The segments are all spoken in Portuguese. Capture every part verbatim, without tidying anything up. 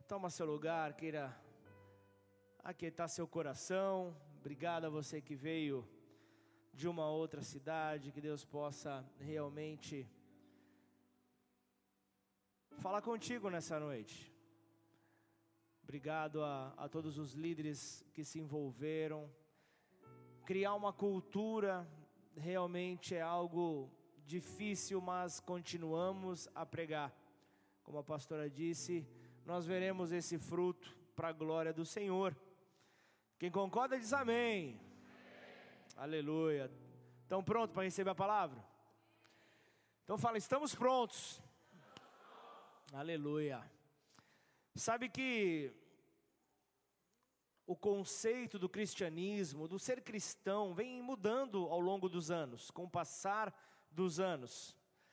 toma seu lugar, queira aquietar seu coração. Obrigado a você que veio de uma outra cidade, que Deus possa realmente falar contigo nessa noite. Obrigado a, a todos os líderes que se envolveram. Criar uma cultura realmente é algo difícil, mas continuamos a pregar. Como a pastora disse, nós veremos esse fruto para a glória do Senhor. Quem concorda diz amém. Amém. Aleluia. Estão prontos para receber a palavra? Então fala, estamos prontos. Estamos prontos. Aleluia. Sabe que o conceito do cristianismo, do ser cristão, vem mudando ao longo dos anos, com o passar dos anos.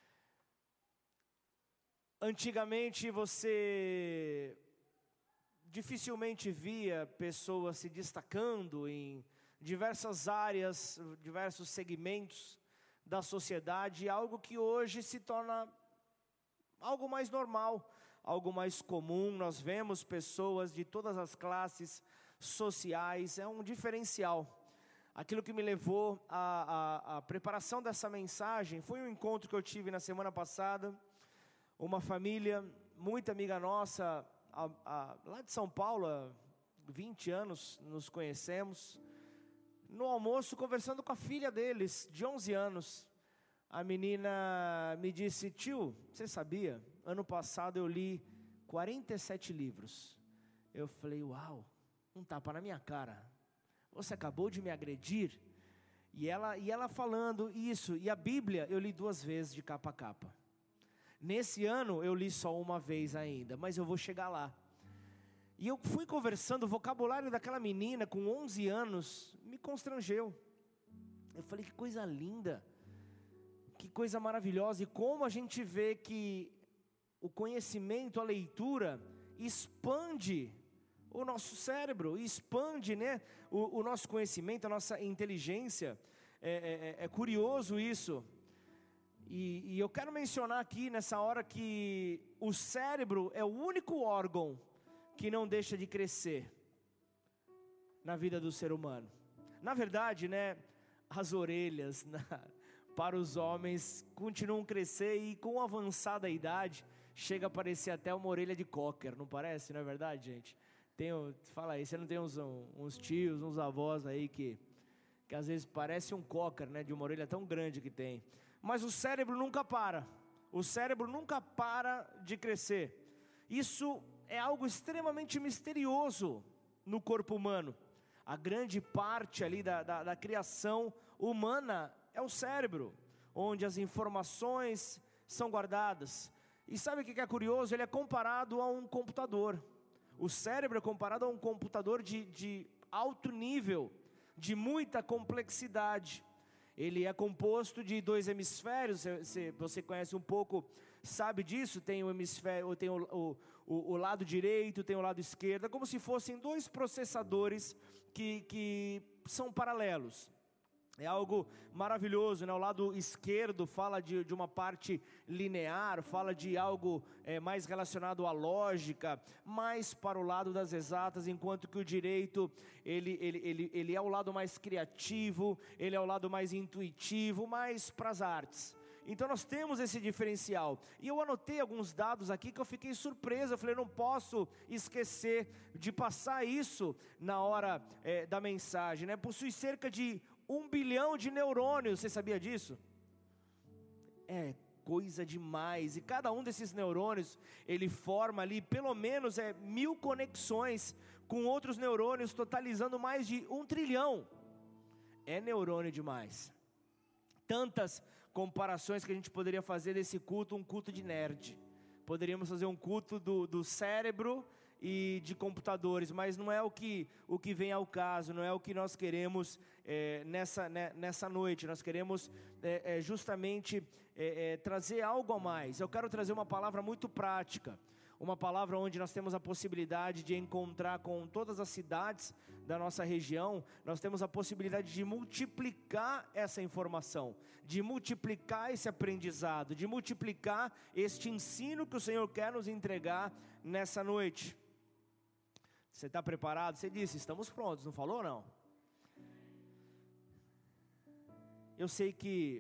Antigamente você dificilmente via pessoas se destacando em diversas áreas, diversos segmentos da sociedade, algo que hoje se torna algo mais normal, algo mais comum. Nós vemos pessoas de todas as classes sociais, é um diferencial. Aquilo que me levou à, à, à preparação dessa mensagem foi um encontro que eu tive na semana passada. Uma família muito amiga nossa, a, a, lá de São Paulo, há vinte anos nos conhecemos. No almoço, conversando com a filha deles, de onze anos, a menina me disse: tio, você sabia? Ano passado eu li quarenta e sete livros. Eu falei: uau, um tapa na minha cara. Você acabou de me agredir? E ela, e ela falando isso, e a Bíblia eu li duas vezes de capa a capa. Nesse ano eu li só uma vez ainda, mas eu vou chegar lá. E eu fui conversando, o vocabulário daquela menina com onze anos me constrangeu. Eu falei: que coisa linda, que coisa maravilhosa. E como a gente vê que o conhecimento, a leitura, expande o nosso cérebro, expande, né, o, o nosso conhecimento, a nossa inteligência. É, é, é curioso isso. E, e eu quero mencionar aqui nessa hora que o cérebro é o único órgão que não deixa de crescer na vida do ser humano. Na verdade, né, as orelhas na, para os homens continuam a crescer, e com a avançada idade chega a parecer até uma orelha de cocker, não parece? Não é verdade, gente? Tem, fala aí, você não tem uns, uns tios, uns avós aí que, que às vezes parece um cocker, né, de uma orelha tão grande que tem. Mas o cérebro nunca para, o cérebro nunca para de crescer. Isso é algo extremamente misterioso no corpo humano. A grande parte ali da, da, da criação humana é o cérebro, onde as informações são guardadas. E sabe o que é curioso? Ele é comparado a um computador. O cérebro é comparado a um computador de, de alto nível, de muita complexidade. Ele é composto de dois hemisférios. Você, você conhece um pouco, sabe disso. Tem o hemisfério, tem o, o, o, o lado direito, tem o lado esquerdo. É como se fossem dois processadores que, que são paralelos. É algo maravilhoso, né? O lado esquerdo fala de, de uma parte linear, fala de algo é, mais relacionado à lógica, mais para o lado das exatas, enquanto que o direito, ele, ele, ele, ele é o lado mais criativo, ele é o lado mais intuitivo, mais para as artes. Então nós temos esse diferencial. E eu anotei alguns dados aqui que eu fiquei surpreso. Eu falei: não posso esquecer de passar isso na hora é, da mensagem, né? Possui cerca de um bilhão de neurônios. Você sabia disso? É coisa demais. E cada um desses neurônios, ele forma ali pelo menos é, mil conexões com outros neurônios, totalizando mais de um trilhão. É neurônio demais. Tantas comparações que a gente poderia fazer desse culto, um culto de nerd. Poderíamos fazer um culto do, do cérebro e de computadores, mas não é o que, o que vem ao caso, não é o que nós queremos é, nessa, né, nessa noite. Nós queremos é, é, justamente é, é, trazer algo a mais. Eu quero trazer uma palavra muito prática, uma palavra onde nós temos a possibilidade de encontrar com todas as cidades da nossa região. Nós temos a possibilidade de multiplicar essa informação, de multiplicar esse aprendizado, de multiplicar este ensino que o Senhor quer nos entregar nessa noite. Você está preparado? Você disse, estamos prontos, não falou não? Eu sei que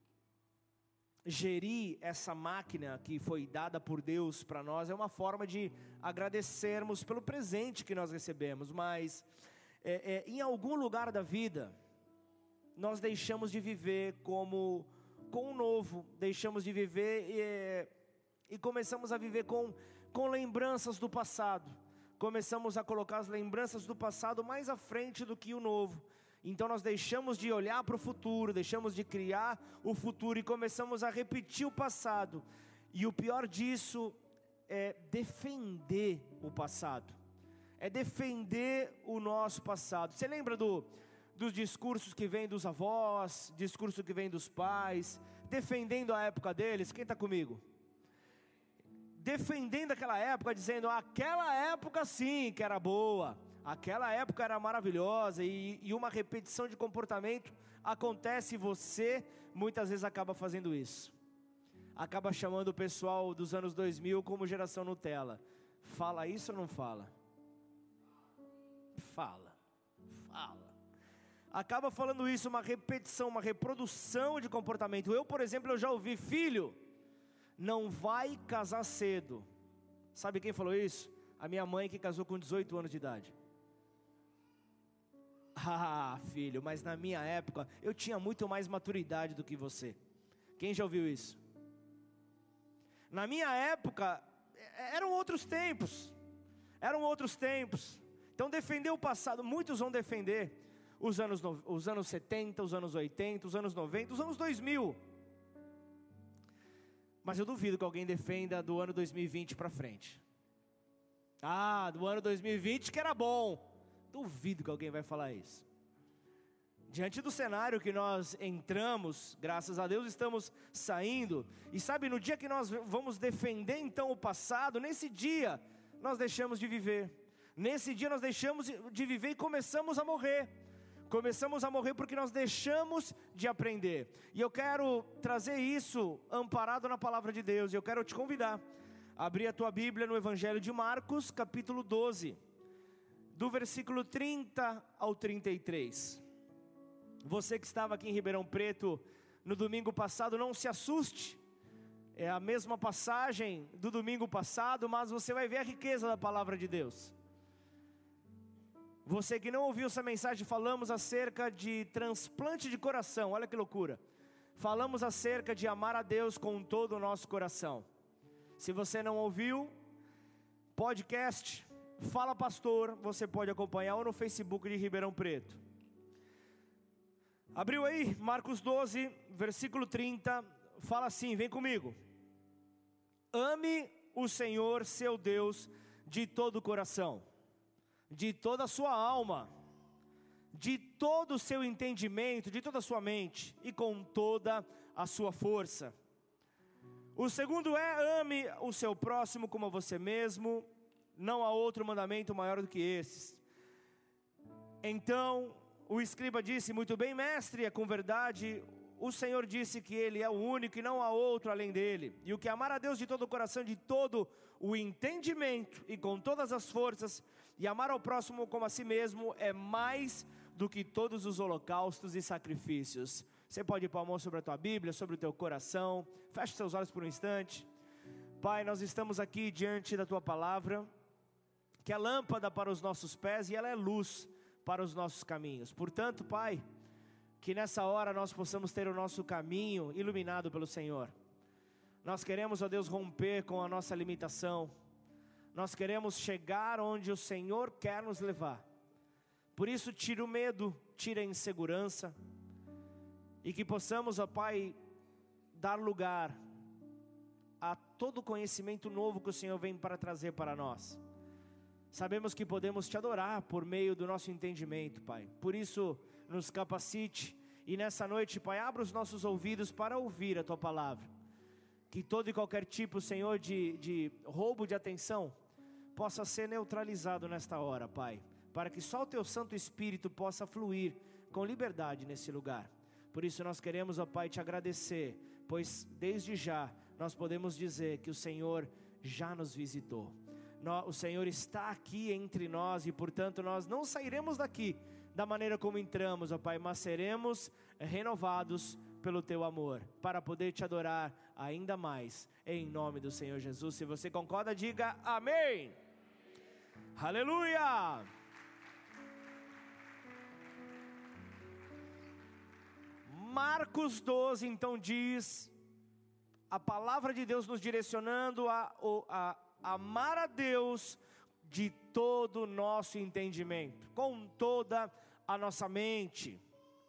gerir essa máquina que foi dada por Deus para nós é uma forma de agradecermos pelo presente que nós recebemos, mas é, é, em algum lugar da vida nós deixamos de viver como com o novo, deixamos de viver e, e começamos a viver com, com lembranças do passado, começamos a colocar as lembranças do passado mais à frente do que o novo. Então nós deixamos de olhar para o futuro, deixamos de criar o futuro e começamos a repetir o passado. E o pior disso é defender o passado, é defender o nosso passado. Você lembra do, dos discursos que vêm dos avós, discurso que vem dos pais, defendendo a época deles? Quem está comigo? Defendendo aquela época, dizendo, aquela época sim que era boa. Aquela época era maravilhosa e, e uma repetição de comportamento acontece e você muitas vezes acaba fazendo isso. Acaba chamando o pessoal dos anos dois mil como geração Nutella. Fala isso ou não fala? Fala, fala. Acaba falando isso, uma repetição, uma reprodução de comportamento. Eu, por exemplo, eu já ouvi, filho, não vai casar cedo. Sabe quem falou isso? A minha mãe, que casou com dezoito anos de idade. Ah, filho, mas na minha época eu tinha muito mais maturidade do que você. Quem já ouviu isso? Na minha época eram outros tempos. Eram outros tempos. Então defender o passado, muitos vão defender os anos, os anos setenta, os anos oitenta, os anos noventa, os anos dois mil. Mas eu duvido que alguém defenda do ano dois mil e vinte para frente. Ah, do ano dois mil e vinte que era bom. Duvido que alguém vai falar isso. Diante do cenário que nós entramos, graças a Deus estamos saindo. E sabe, no dia que nós vamos defender então o passado, nesse dia nós deixamos de viver. Nesse dia nós deixamos de viver e começamos a morrer. Começamos a morrer porque nós deixamos de aprender. E eu quero trazer isso amparado na palavra de Deus. E eu quero te convidar a abrir a tua Bíblia no Evangelho de Marcos, capítulo doze. Do versículo trinta ao trinta e três. Você que estava aqui em Ribeirão Preto no domingo passado, não se assuste. É a mesma passagem do domingo passado, mas você vai ver a riqueza da palavra de Deus. Você que não ouviu essa mensagem, falamos acerca de transplante de coração. Olha que loucura. Falamos acerca de amar a Deus com todo o nosso coração. Se você não ouviu, podcast Fala Pastor, você pode acompanhar ou no Facebook de Ribeirão Preto. Abriu aí, Marcos doze, versículo trinta, fala assim, vem comigo. Ame o Senhor seu Deus de todo o coração, de toda a sua alma, de todo o seu entendimento, de toda a sua mente e com toda a sua força. O segundo é, ame o seu próximo como a você mesmo. Não há outro mandamento maior do que esses. Então o escriba disse, muito bem, mestre, é com verdade. O Senhor disse que Ele é o único e não há outro além dele. E o que amar a Deus de todo o coração, de todo o entendimento e com todas as forças, e amar ao próximo como a si mesmo, é mais do que todos os holocaustos e sacrifícios. Você pode pôr a mão sobre a tua Bíblia, sobre o teu coração. Feche seus olhos por um instante. Pai, nós estamos aqui diante da tua palavra, que é lâmpada para os nossos pés e ela é luz para os nossos caminhos. Portanto, Pai, que nessa hora nós possamos ter o nosso caminho iluminado pelo Senhor. Nós queremos, ó Deus, romper com a nossa limitação. Nós queremos chegar onde o Senhor quer nos levar. Por isso, tira o medo, tira a insegurança. E que possamos, ó Pai, dar lugar a todo o conhecimento novo que o Senhor vem para trazer para nós. Sabemos que podemos te adorar por meio do nosso entendimento, Pai. Por isso, nos capacite. E nessa noite, Pai, abra os nossos ouvidos para ouvir a tua palavra. Que todo e qualquer tipo, Senhor, de, de roubo de atenção possa ser neutralizado nesta hora, Pai. Para que só o teu Santo Espírito possa fluir com liberdade nesse lugar. Por isso nós queremos, ó Pai, te agradecer. Pois desde já nós podemos dizer que o Senhor já nos visitou. O Senhor está aqui entre nós e, portanto, nós não sairemos daqui da maneira como entramos, ó Pai, mas seremos renovados pelo Teu amor, para poder Te adorar ainda mais, em nome do Senhor Jesus. Se você concorda, diga amém. Aleluia! Marcos doze, então, diz, a palavra de Deus nos direcionando a, a, a amar a Deus de todo o nosso entendimento, com toda a nossa mente.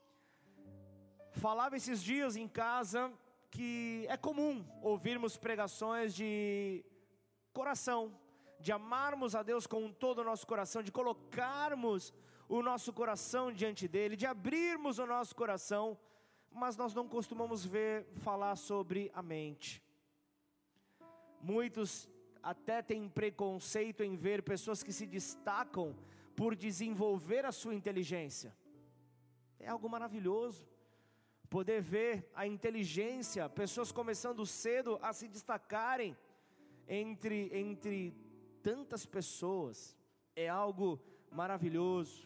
Falava esses dias em casa que é comum ouvirmos pregações de coração, de amarmos a Deus com todo o nosso coração, de colocarmos o nosso coração diante dEle, de abrirmos o nosso coração, mas nós não costumamos ver falar sobre a mente. Muitos até têm preconceito em ver pessoas que se destacam por desenvolver a sua inteligência. É algo maravilhoso poder ver a inteligência, pessoas começando cedo a se destacarem entre, entre tantas pessoas, é algo maravilhoso.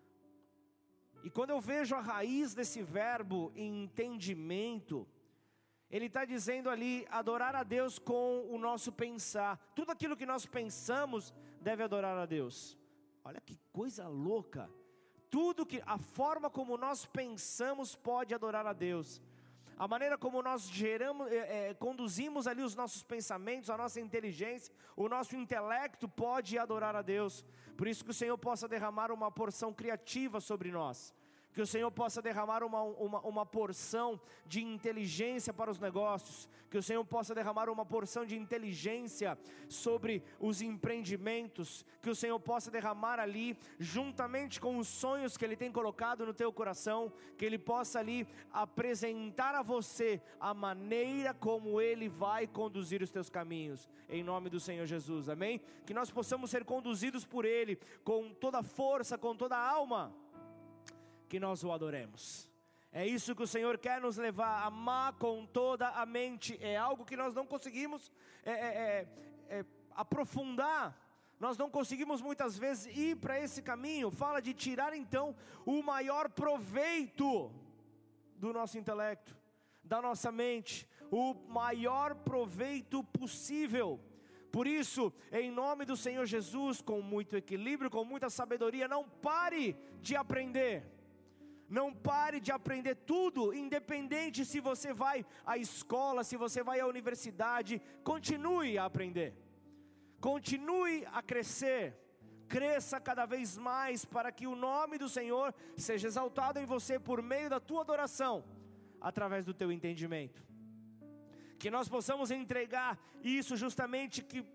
E quando eu vejo a raiz desse verbo, entendimento, ele está dizendo ali, adorar a Deus com o nosso pensar. Tudo aquilo que nós pensamos deve adorar a Deus. Olha que coisa louca. Tudo que, a forma como nós pensamos pode adorar a Deus. A maneira como nós geramos, é, é, conduzimos ali os nossos pensamentos, a nossa inteligência, o nosso intelecto pode adorar a Deus. Por isso que o Senhor possa derramar uma porção criativa sobre nós. Que o Senhor possa derramar uma, uma, uma porção de inteligência para os negócios. Que o Senhor possa derramar uma porção de inteligência sobre os empreendimentos. Que o Senhor possa derramar ali, juntamente com os sonhos que Ele tem colocado no teu coração. Que Ele possa ali apresentar a você a maneira como Ele vai conduzir os teus caminhos. Em nome do Senhor Jesus, amém? Que nós possamos ser conduzidos por Ele com toda a força, com toda a alma. Que nós o adoremos. É isso que o Senhor quer nos levar a amar com toda a mente. É algo que nós não conseguimos é, é, é, aprofundar. Nós não conseguimos muitas vezes ir para esse caminho. Fala de tirar então o maior proveito do nosso intelecto, da nossa mente, o maior proveito possível. Por isso, em nome do Senhor Jesus, com muito equilíbrio, com muita sabedoria, não pare de aprender. Não pare de aprender tudo, independente se você vai à escola, se você vai à universidade, continue a aprender, continue a crescer, cresça cada vez mais para que o nome do Senhor seja exaltado em você por meio da tua adoração, através do teu entendimento. Que nós possamos entregar isso justamente, que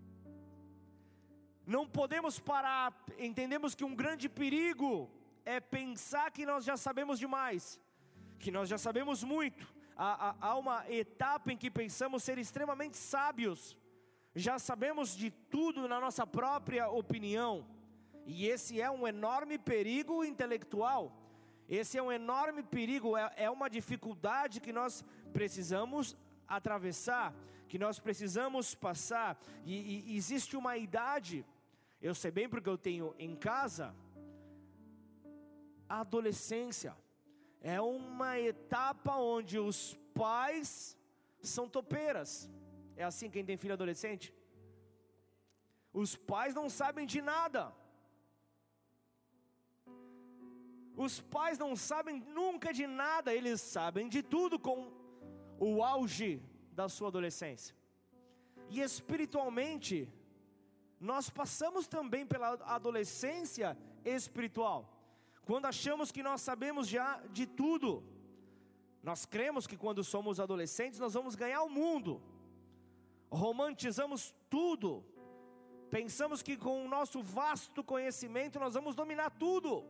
não podemos parar. Entendemos que um grande perigo é pensar que nós já sabemos demais, que nós já sabemos muito. Há, há, há uma etapa em que pensamos ser extremamente sábios, já sabemos de tudo na nossa própria opinião, e esse é um enorme perigo intelectual, esse é um enorme perigo, é, é uma dificuldade que nós precisamos atravessar, que nós precisamos passar, e, e existe uma idade, eu sei bem porque eu tenho em casa. A adolescência é uma etapa onde os pais são topeiras. É assim quem tem filho adolescente? Os pais não sabem de nada. Os pais não sabem nunca de nada. Eles sabem de tudo com o auge da sua adolescência. E espiritualmente, nós passamos também pela adolescência espiritual. Quando achamos que nós sabemos já de tudo, nós cremos que quando somos adolescentes nós vamos ganhar o mundo, romantizamos tudo, pensamos que com o nosso vasto conhecimento nós vamos dominar tudo.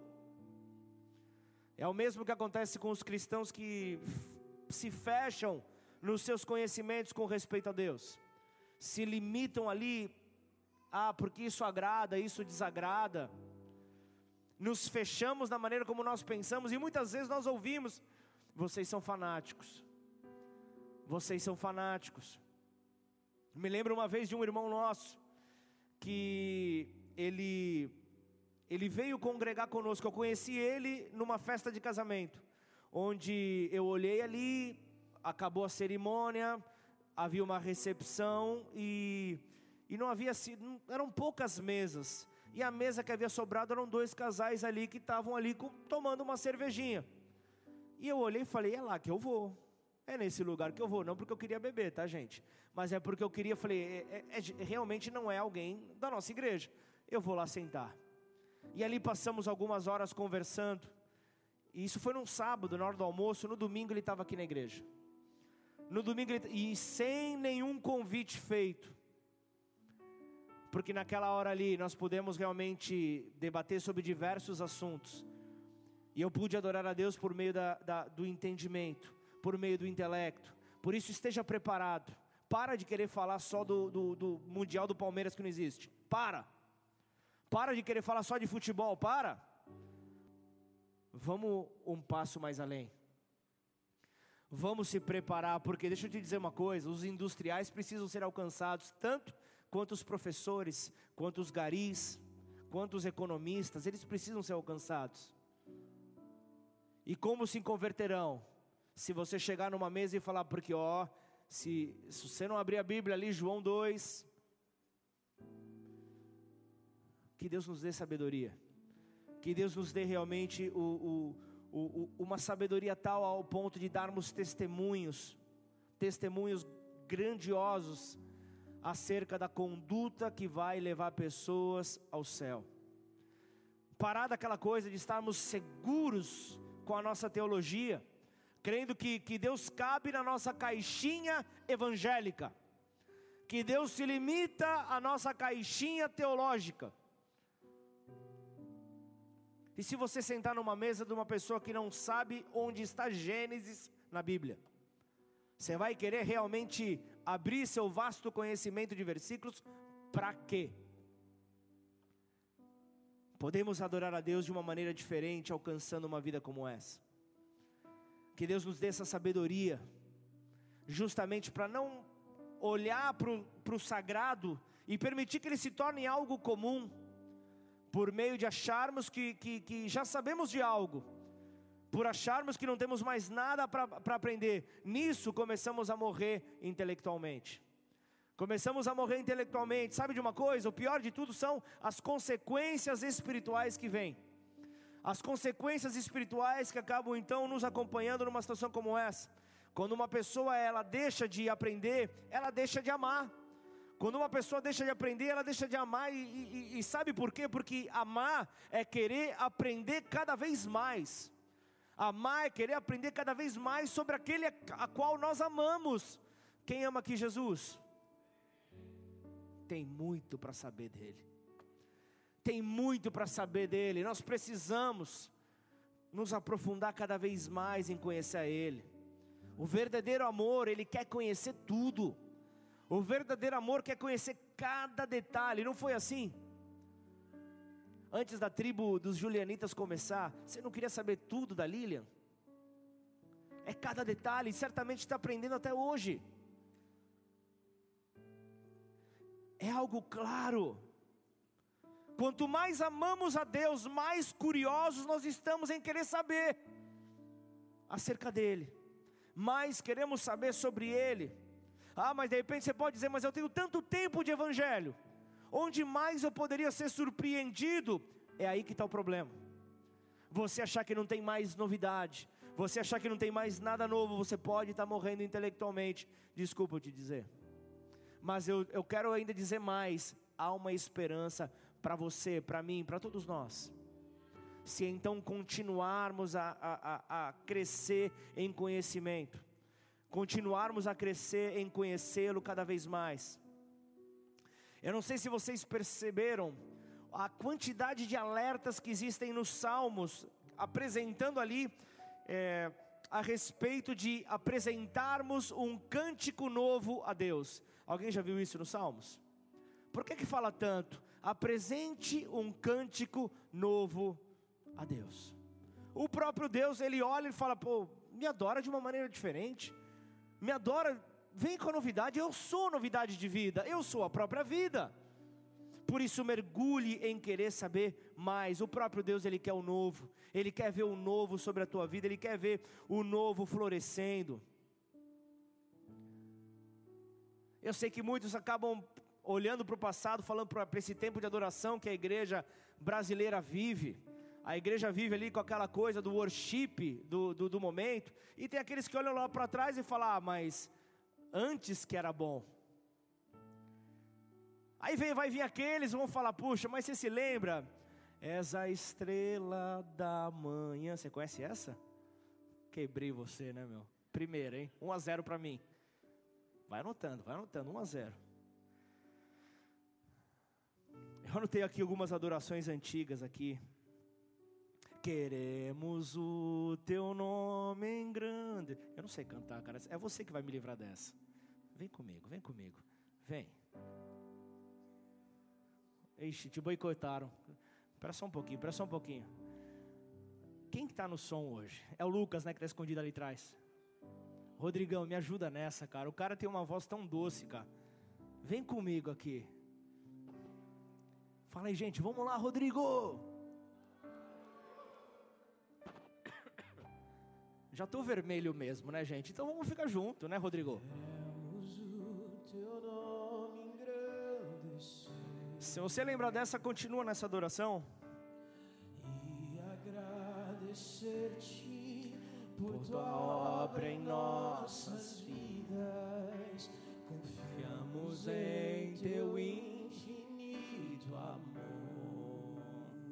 É o mesmo que acontece com os cristãos que se fecham nos seus conhecimentos com respeito a Deus, se limitam ali, ah, porque isso agrada, isso desagrada. Nos fechamos na maneira como nós pensamos, e muitas vezes nós ouvimos: vocês são fanáticos, vocês são fanáticos. Me lembro uma vez de um irmão nosso, que ele, ele veio congregar conosco. Eu conheci ele numa festa de casamento, onde eu olhei ali, acabou a cerimônia, havia uma recepção e, e não havia sido, eram poucas mesas. E a mesa que havia sobrado eram dois casais ali que estavam ali com, tomando uma cervejinha. E eu olhei e falei, é lá que eu vou. É nesse lugar que eu vou, não porque eu queria beber, tá, gente? Mas é porque eu queria, falei, é, é, é, realmente não é alguém da nossa igreja. Eu vou lá sentar. E ali passamos algumas horas conversando. E isso foi num sábado, na hora do almoço. No domingo ele estava aqui na igreja. No domingo ele, e sem nenhum convite feito. Porque naquela hora ali nós pudemos realmente debater sobre diversos assuntos. E eu pude adorar a Deus por meio da, da, do entendimento, por meio do intelecto. Por isso esteja preparado. Para de querer falar só do, do, do Mundial do Palmeiras que não existe. Para. Para de querer falar só de futebol. Para. Vamos um passo mais além. Vamos se preparar, porque deixa eu te dizer uma coisa. Os industriais precisam ser alcançados, tanto quanto os professores, quanto os garis, quanto os economistas. Eles precisam ser alcançados. E como se converterão? Se você chegar numa mesa e falar, porque ó, se, se você não abrir a Bíblia ali, João dois, que Deus nos dê sabedoria, que Deus nos dê realmente o, o, o, uma sabedoria tal ao ponto de darmos testemunhos, testemunhos grandiosos, acerca da conduta que vai levar pessoas ao céu. Parar daquela coisa de estarmos seguros com a nossa teologia, crendo que, que Deus cabe na nossa caixinha evangélica, que Deus se limita à nossa caixinha teológica. E se você sentar numa mesa de uma pessoa que não sabe onde está Gênesis na Bíblia, você vai querer realmente abrir seu vasto conhecimento de versículos para quê? Podemos adorar a Deus de uma maneira diferente, alcançando uma vida como essa. Que Deus nos dê essa sabedoria, justamente para não olhar para o sagrado e permitir que ele se torne algo comum, por meio de acharmos que, que, que já sabemos de algo, por acharmos que não temos mais nada para aprender. Nisso começamos a morrer intelectualmente. Começamos a morrer intelectualmente. Sabe de uma coisa? O pior de tudo são as consequências espirituais que vêm. As consequências espirituais que acabam então nos acompanhando numa situação como essa. Quando uma pessoa ela deixa de aprender, ela deixa de amar. Quando uma pessoa deixa de aprender, ela deixa de amar. E, e, e sabe por quê? Porque amar é querer aprender cada vez mais. Amar é querer aprender cada vez mais sobre aquele a, a qual nós amamos. Quem ama aqui Jesus? Tem muito para saber dele. Tem muito para saber dele. Nós precisamos nos aprofundar cada vez mais em conhecer a ele. O verdadeiro amor, ele quer conhecer tudo. O verdadeiro amor quer conhecer cada detalhe. Não foi assim? Antes da tribo dos Julianitas começar, você não queria saber tudo da Lilian? É cada detalhe, certamente está aprendendo até hoje. É algo claro. Quanto mais amamos a Deus, mais curiosos nós estamos em querer saber acerca dele. Mais queremos saber sobre ele. Ah, mas de repente você pode dizer, mas eu tenho tanto tempo de evangelho. Onde mais eu poderia ser surpreendido? É aí que está o problema. Você achar que não tem mais novidade, você achar que não tem mais nada novo, você pode estar morrendo intelectualmente. Desculpa eu te dizer, mas eu, eu quero ainda dizer mais. Há uma esperança para você, para mim, para todos nós. Se então continuarmos a, a, a crescer em conhecimento, continuarmos a crescer em conhecê-lo cada vez mais. Eu não sei se vocês perceberam a quantidade de alertas que existem nos Salmos, apresentando ali é, a respeito de apresentarmos um cântico novo a Deus. Alguém já viu isso nos Salmos? Por que que fala tanto? Apresente um cântico novo a Deus. O próprio Deus, ele olha e fala, pô, me adora de uma maneira diferente. Me adora, vem com a novidade. Eu sou novidade de vida, eu sou a própria vida. Por isso mergulhe em querer saber mais. O próprio Deus, Ele quer o novo. Ele quer ver o novo sobre a tua vida. Ele quer ver o novo florescendo. Eu sei que muitos acabam olhando para o passado, falando para esse tempo de adoração que a igreja brasileira vive. A igreja vive ali com aquela coisa do worship do, do, do momento. E tem aqueles que olham lá para trás e falam, ah, mas antes que era bom. Aí vem, vai vir aqueles, vão falar, puxa, mas você se lembra? És a estrela da manhã. Você conhece essa? Quebrei você, né, meu? Primeiro, hein? um a zero para mim. Vai anotando, vai anotando, um a zero. Eu anotei aqui algumas adorações antigas aqui. Queremos o teu nome em grande. Eu não sei cantar, cara. É você que vai me livrar dessa. Vem comigo, vem comigo. Vem. Ixi, te boicotaram. Espera só um pouquinho, espera só um pouquinho. Quem que tá no som hoje? É o Lucas, né, que tá escondido ali atrás. Rodrigão, me ajuda nessa, cara. O cara tem uma voz tão doce, cara. Vem comigo aqui. Fala aí, gente. Vamos lá, Rodrigo. Já tô vermelho mesmo, né, gente? Então vamos ficar junto, né, Rodrigo? Se você lembrar dessa, continua nessa adoração. E agradecer-te por tua obra em nossas vidas. Confiamos em teu infinito amor,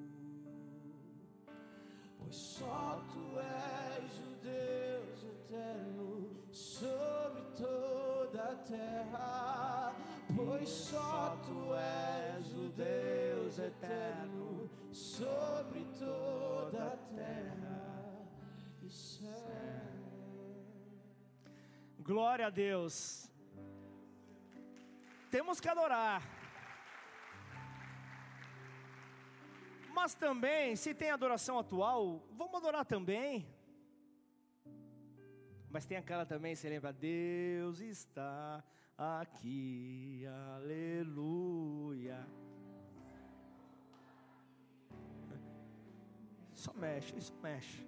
pois só tu és o Deus eterno sobre toda a terra. Pois só tu és o Deus eterno sobre toda a terra e céu. Glória a Deus. Temos que adorar. Mas também, se tem adoração atual, vamos adorar também. Mas tem aquela também, você lembra? Deus está aqui, aleluia. Só mexe, isso mexe.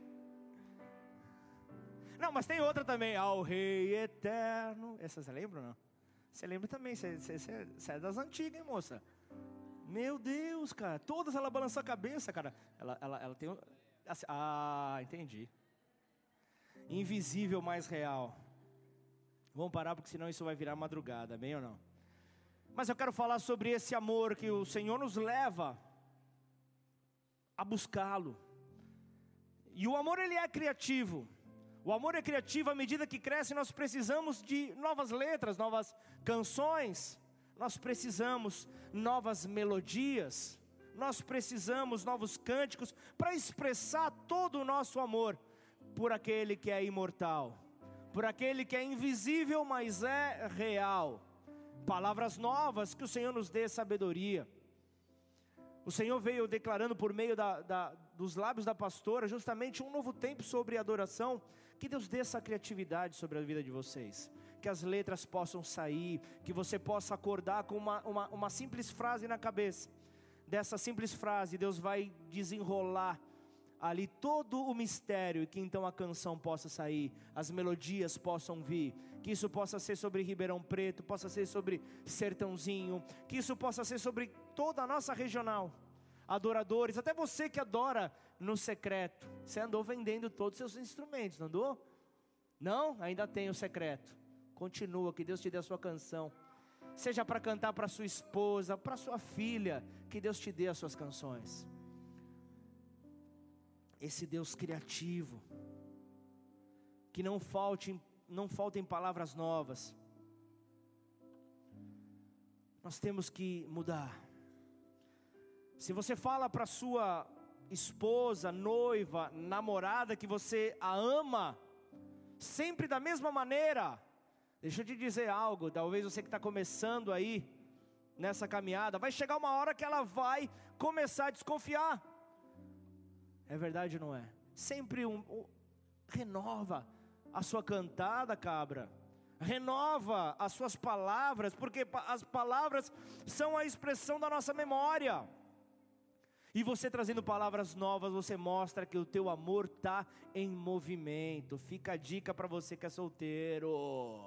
Não, mas tem outra também, ao Rei Eterno. Essa você lembra ou não? Você lembra também, você, você, você, você é das antigas, hein, moça? Meu Deus, cara, todas ela balança a cabeça, cara. Ela, ela, ela tem... Ah, entendi. Invisível mais real. Vamos parar, porque senão isso vai virar madrugada, bem ou não? Mas eu quero falar sobre esse amor que o Senhor nos leva a buscá-lo. E o amor, ele é criativo. O amor é criativo. À medida que cresce, nós precisamos de novas letras, novas canções. Nós precisamos novas melodias. Nós precisamos novos cânticos para expressar todo o nosso amor por aquele que é imortal, por aquele que é invisível, mas é real. Palavras novas, que o Senhor nos dê sabedoria. O Senhor veio declarando por meio da, da, dos lábios da pastora justamente um novo tempo sobre adoração. Que Deus dê essa criatividade sobre a vida de vocês, que as letras possam sair, que você possa acordar com uma, uma, uma simples frase na cabeça. Dessa simples frase Deus vai desenrolar ali todo o mistério, e que então a canção possa sair, as melodias possam vir, que isso possa ser sobre Ribeirão Preto, possa ser sobre Sertãozinho, que isso possa ser sobre toda a nossa regional. Adoradores, até você que adora no secreto, você andou vendendo todos os seus instrumentos, não andou? Não? Ainda tem o secreto. Continua, que Deus te dê a sua canção, seja para cantar para sua esposa, para sua filha, que Deus te dê as suas canções. Esse Deus criativo, que não falte, não faltem palavras novas. Nós temos que mudar. Se você fala para sua esposa, noiva, namorada, que você a ama, sempre da mesma maneira, deixa eu te dizer algo, talvez você que está começando aí, nessa caminhada, vai chegar uma hora que ela vai começar a desconfiar. É verdade ou não é? Sempre um, um, renova a sua cantada, cabra. renova as suas palavras, porque as palavras são a expressão da nossa memória. E você trazendo palavras novas, você mostra que o teu amor está em movimento. Fica a dica para você que é solteiro.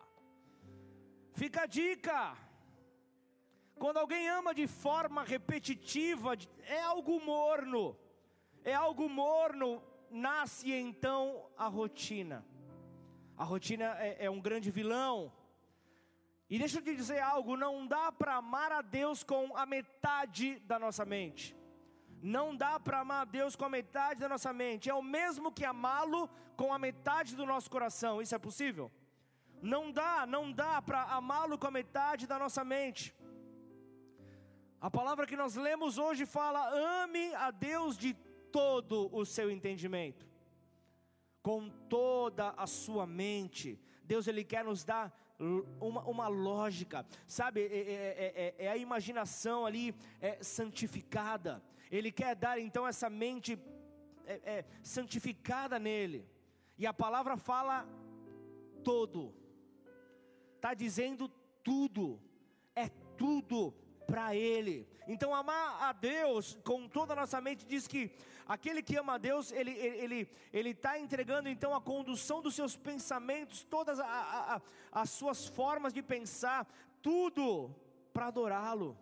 Fica a dica. Quando alguém ama de forma repetitiva, é algo morno. É algo morno, nasce então a rotina. A rotina é, é um grande vilão. E deixa eu te dizer algo, não dá para amar a Deus com a metade da nossa mente. Não dá para amar a Deus com a metade da nossa mente. É o mesmo que amá-lo com a metade do nosso coração. Isso é possível? Não dá, não dá para amá-lo com a metade da nossa mente. A palavra que nós lemos hoje fala: ame a Deus de todo o seu entendimento, com toda a sua mente. Deus, Ele quer nos dar uma, uma lógica, sabe, é, é, é, é a imaginação ali é, santificada. Ele quer dar então essa mente é, é, santificada nele. E a palavra fala todo, está dizendo tudo, é tudo para Ele. Então amar a Deus com toda a nossa mente diz que aquele que ama a Deus, ele está ele, ele está entregando então a condução dos seus pensamentos, todas a, a, a, as suas formas de pensar, tudo para adorá-lo.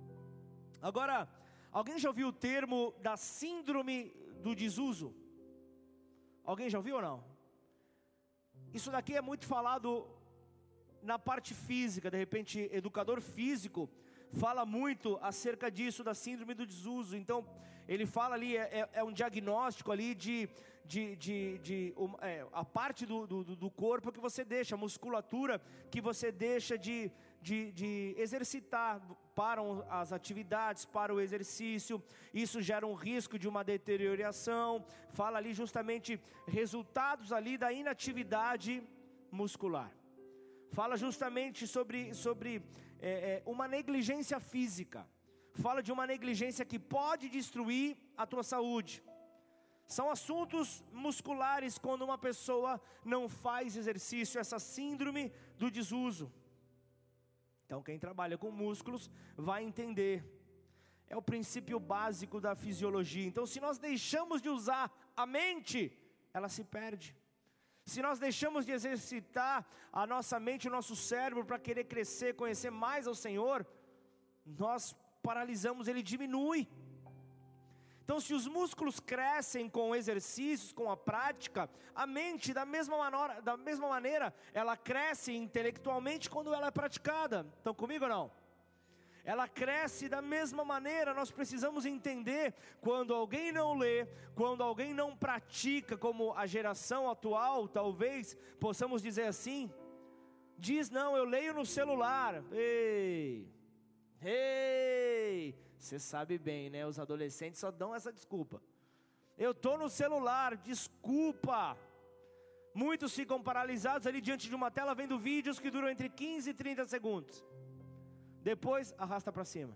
Agora, alguém já ouviu o termo da síndrome do desuso? Alguém já ouviu ou não? Isso daqui é muito falado na parte física. De repente, educador físico fala muito acerca disso, da síndrome do desuso. Então, ele fala ali, é, é um diagnóstico ali de, de, de, de um, é, a parte do, do, do corpo que você deixa, a musculatura que você deixa de, de, de exercitar para as atividades, para o exercício. Isso gera um risco de uma deterioração. Fala ali justamente resultados ali da inatividade muscular. Fala justamente sobre, sobre é, é, uma negligência física. Fala de uma negligência que pode destruir a tua saúde. São assuntos musculares quando uma pessoa não faz exercício, essa síndrome do desuso. Então quem trabalha com músculos vai entender. É o princípio básico da fisiologia. Então se nós deixamos de usar a mente, ela se perde. Se nós deixamos de exercitar a nossa mente, o nosso cérebro para querer crescer, conhecer mais ao Senhor, nós paralisamos, ele diminui. Então se os músculos crescem com exercícios, com a prática, a mente da mesma maneira, da mesma maneira ela cresce intelectualmente quando ela é praticada. Estão comigo ou não? Ela cresce da mesma maneira. Nós precisamos entender, quando alguém não lê, quando alguém não pratica, como a geração atual, talvez, possamos dizer assim, diz: não, eu leio no celular. Ei, ei, você sabe bem, né? Os adolescentes só dão essa desculpa. Eu estou no celular, desculpa. Muitos ficam paralisados ali diante de uma tela, vendo vídeos que duram entre quinze e trinta segundos. Depois arrasta para cima.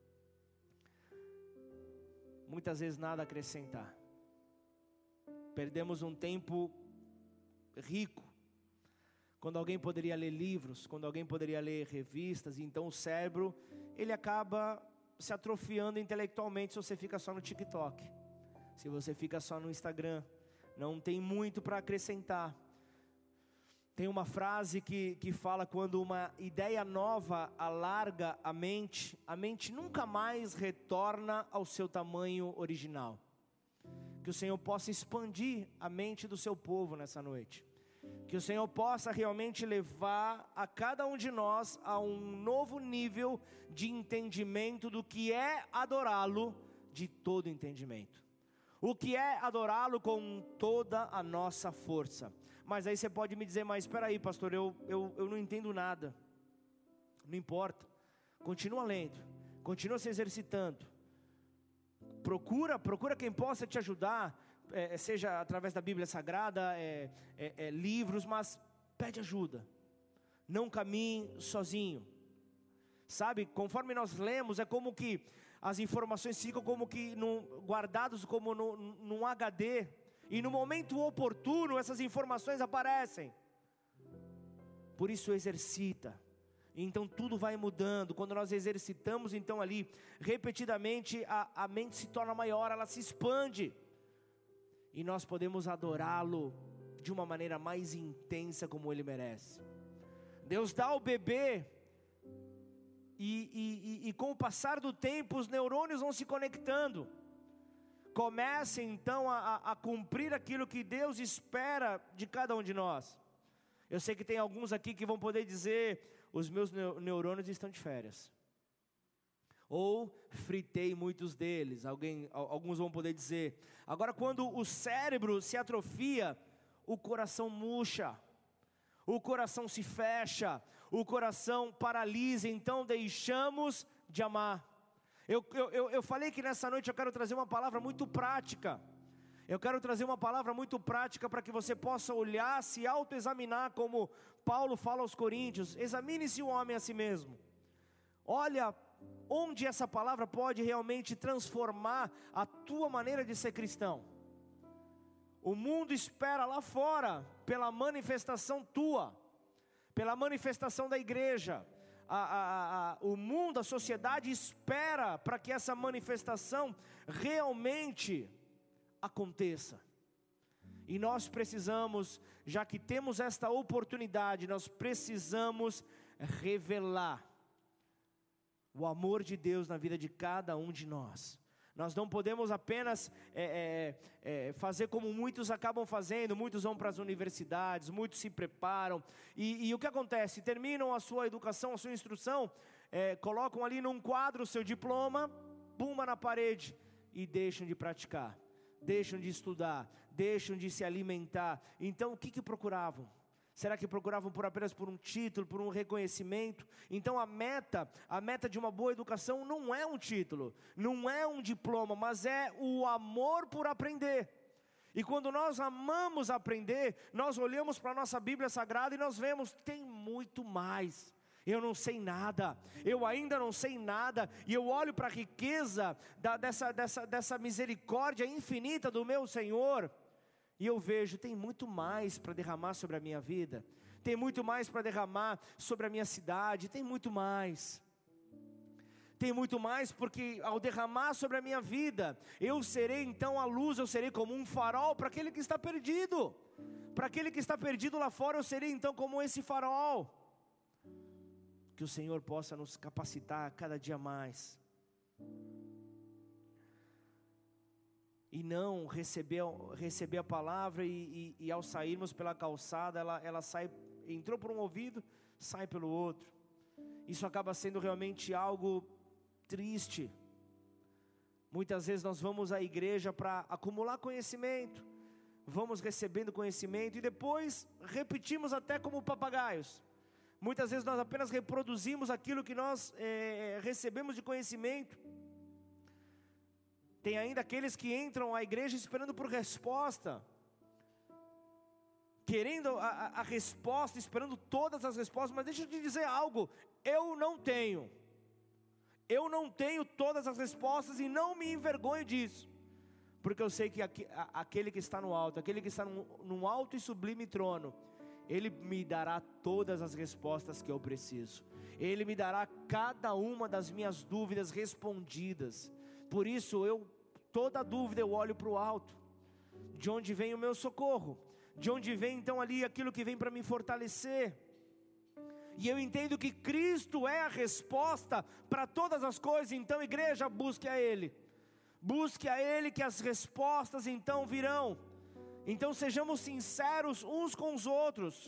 Muitas vezes nada a acrescentar. Perdemos um tempo rico, quando alguém poderia ler livros, quando alguém poderia ler revistas. Então o cérebro, ele acaba se atrofiando intelectualmente se você fica só no TikTok, se você fica só no Instagram. Não tem muito para acrescentar. Tem uma frase que, que fala: quando uma ideia nova alarga a mente, a mente nunca mais retorna ao seu tamanho original. Que o Senhor possa expandir a mente do seu povo nessa noite. Que o Senhor possa realmente levar a cada um de nós a um novo nível de entendimento do que é adorá-lo de todo entendimento. O que é adorá-lo com toda a nossa força. Mas aí você pode me dizer: mas espera aí, pastor, eu, eu, eu não entendo nada. Não importa, continua lendo, continua se exercitando. Procura, procura quem possa te ajudar, é, seja através da Bíblia Sagrada, é, é, é, livros, mas pede ajuda. Não caminhe sozinho. Sabe, conforme nós lemos, é como que as informações ficam como que no, guardados como no, num H D. E no momento oportuno essas informações aparecem. Por isso exercita. Então tudo vai mudando. Quando nós exercitamos então ali repetidamente, a, a mente se torna maior, ela se expande. E nós podemos adorá-lo de uma maneira mais intensa como Ele merece. Deus dá o bebê e, e, e, e com o passar do tempo os neurônios vão se conectando. Comecem então a, a cumprir aquilo que Deus espera de cada um de nós. Eu sei que tem alguns aqui que vão poder dizer: os meus neurônios estão de férias. Ou fritei muitos deles. Alguém, alguns vão poder dizer. Agora, quando o cérebro se atrofia, o coração murcha, o coração se fecha, o coração paralisa. Então deixamos de amar. Eu, eu, eu falei que nessa noite eu quero trazer uma palavra muito prática. Eu quero trazer uma palavra muito prática para que você possa olhar, se autoexaminar, como Paulo fala aos Coríntios. Examine-se o homem a si mesmo. Olha onde essa palavra pode realmente transformar a tua maneira de ser cristão. O mundo espera lá fora pela manifestação tua, pela manifestação da igreja. A, a, a, o mundo, a sociedade espera para que essa manifestação realmente aconteça. E nós precisamos, já que temos esta oportunidade, nós precisamos revelar o amor de Deus na vida de cada um de nós. Nós não podemos apenas é, é, é, fazer como muitos acabam fazendo. Muitos vão para as universidades, muitos se preparam, e, e o que acontece? Terminam a sua educação, a sua instrução, é, colocam ali num quadro o seu diploma, puma na parede, e deixam de praticar, deixam de estudar, deixam de se alimentar. Então o que que procuravam? Será que procuravam por apenas por um título, por um reconhecimento? Então a meta, a meta de uma boa educação não é um título, não é um diploma, mas é o amor por aprender. E quando nós amamos aprender, nós olhamos para a nossa Bíblia Sagrada e nós vemos, tem muito mais. Eu não sei nada, eu ainda não sei nada, e eu olho para a riqueza da, dessa, dessa, dessa misericórdia infinita do meu Senhor, e eu vejo, tem muito mais para derramar sobre a minha vida, tem muito mais para derramar sobre a minha cidade, tem muito mais, tem muito mais, porque ao derramar sobre a minha vida, eu serei então a luz, eu serei como um farol para aquele que está perdido, para aquele que está perdido lá fora, eu serei então como esse farol. Que o Senhor possa nos capacitar cada dia mais. E não receber, receber a palavra e, e, e ao sairmos pela calçada, ela, ela sai, entrou por um ouvido, sai pelo outro. Isso acaba sendo realmente algo triste. Muitas vezes nós vamos à igreja para acumular conhecimento, vamos recebendo conhecimento e depois repetimos até como papagaios. Muitas vezes nós apenas reproduzimos aquilo que nós é, recebemos de conhecimento. Tem ainda aqueles que entram à igreja esperando por resposta, querendo a, a, a resposta, esperando todas as respostas. Mas deixa eu te dizer algo, eu não tenho, eu não tenho todas as respostas e não me envergonho disso. Porque eu sei que aqui, a, aquele que está no alto, aquele que está num, num alto e sublime trono, Ele me dará todas as respostas que eu preciso. Ele me dará cada uma das minhas dúvidas respondidas. Por isso eu, toda dúvida eu olho para o alto. De onde vem o meu socorro? De onde vem então ali aquilo que vem para me fortalecer? E eu entendo que Cristo é a resposta para todas as coisas. Então igreja, busque a Ele. Busque a Ele que as respostas então virão. Então sejamos sinceros uns com os outros.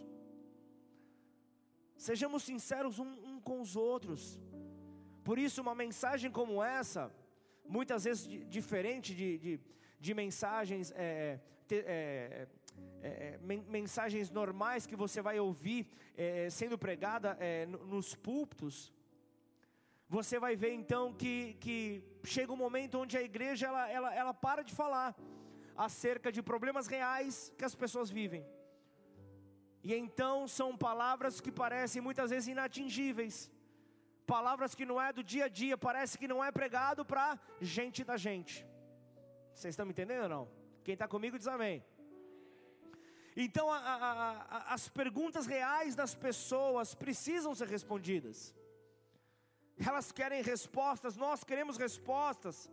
Sejamos sinceros um, um com os outros. Por isso uma mensagem como essa, muitas vezes de, diferente de, de, de mensagens, é, te, é, é, mensagens normais que você vai ouvir é, sendo pregada é, nos púlpitos. Você vai ver então que, que chega um momento onde a igreja ela, ela, ela para de falar acerca de problemas reais que as pessoas vivem. E então são palavras que parecem muitas vezes inatingíveis. Palavras que não é do dia a dia, parece que não é pregado para gente da gente. Vocês estão me entendendo ou não? Quem está comigo diz amém. Então a, a, a, as perguntas reais das pessoas precisam ser respondidas. Elas querem respostas, nós queremos respostas.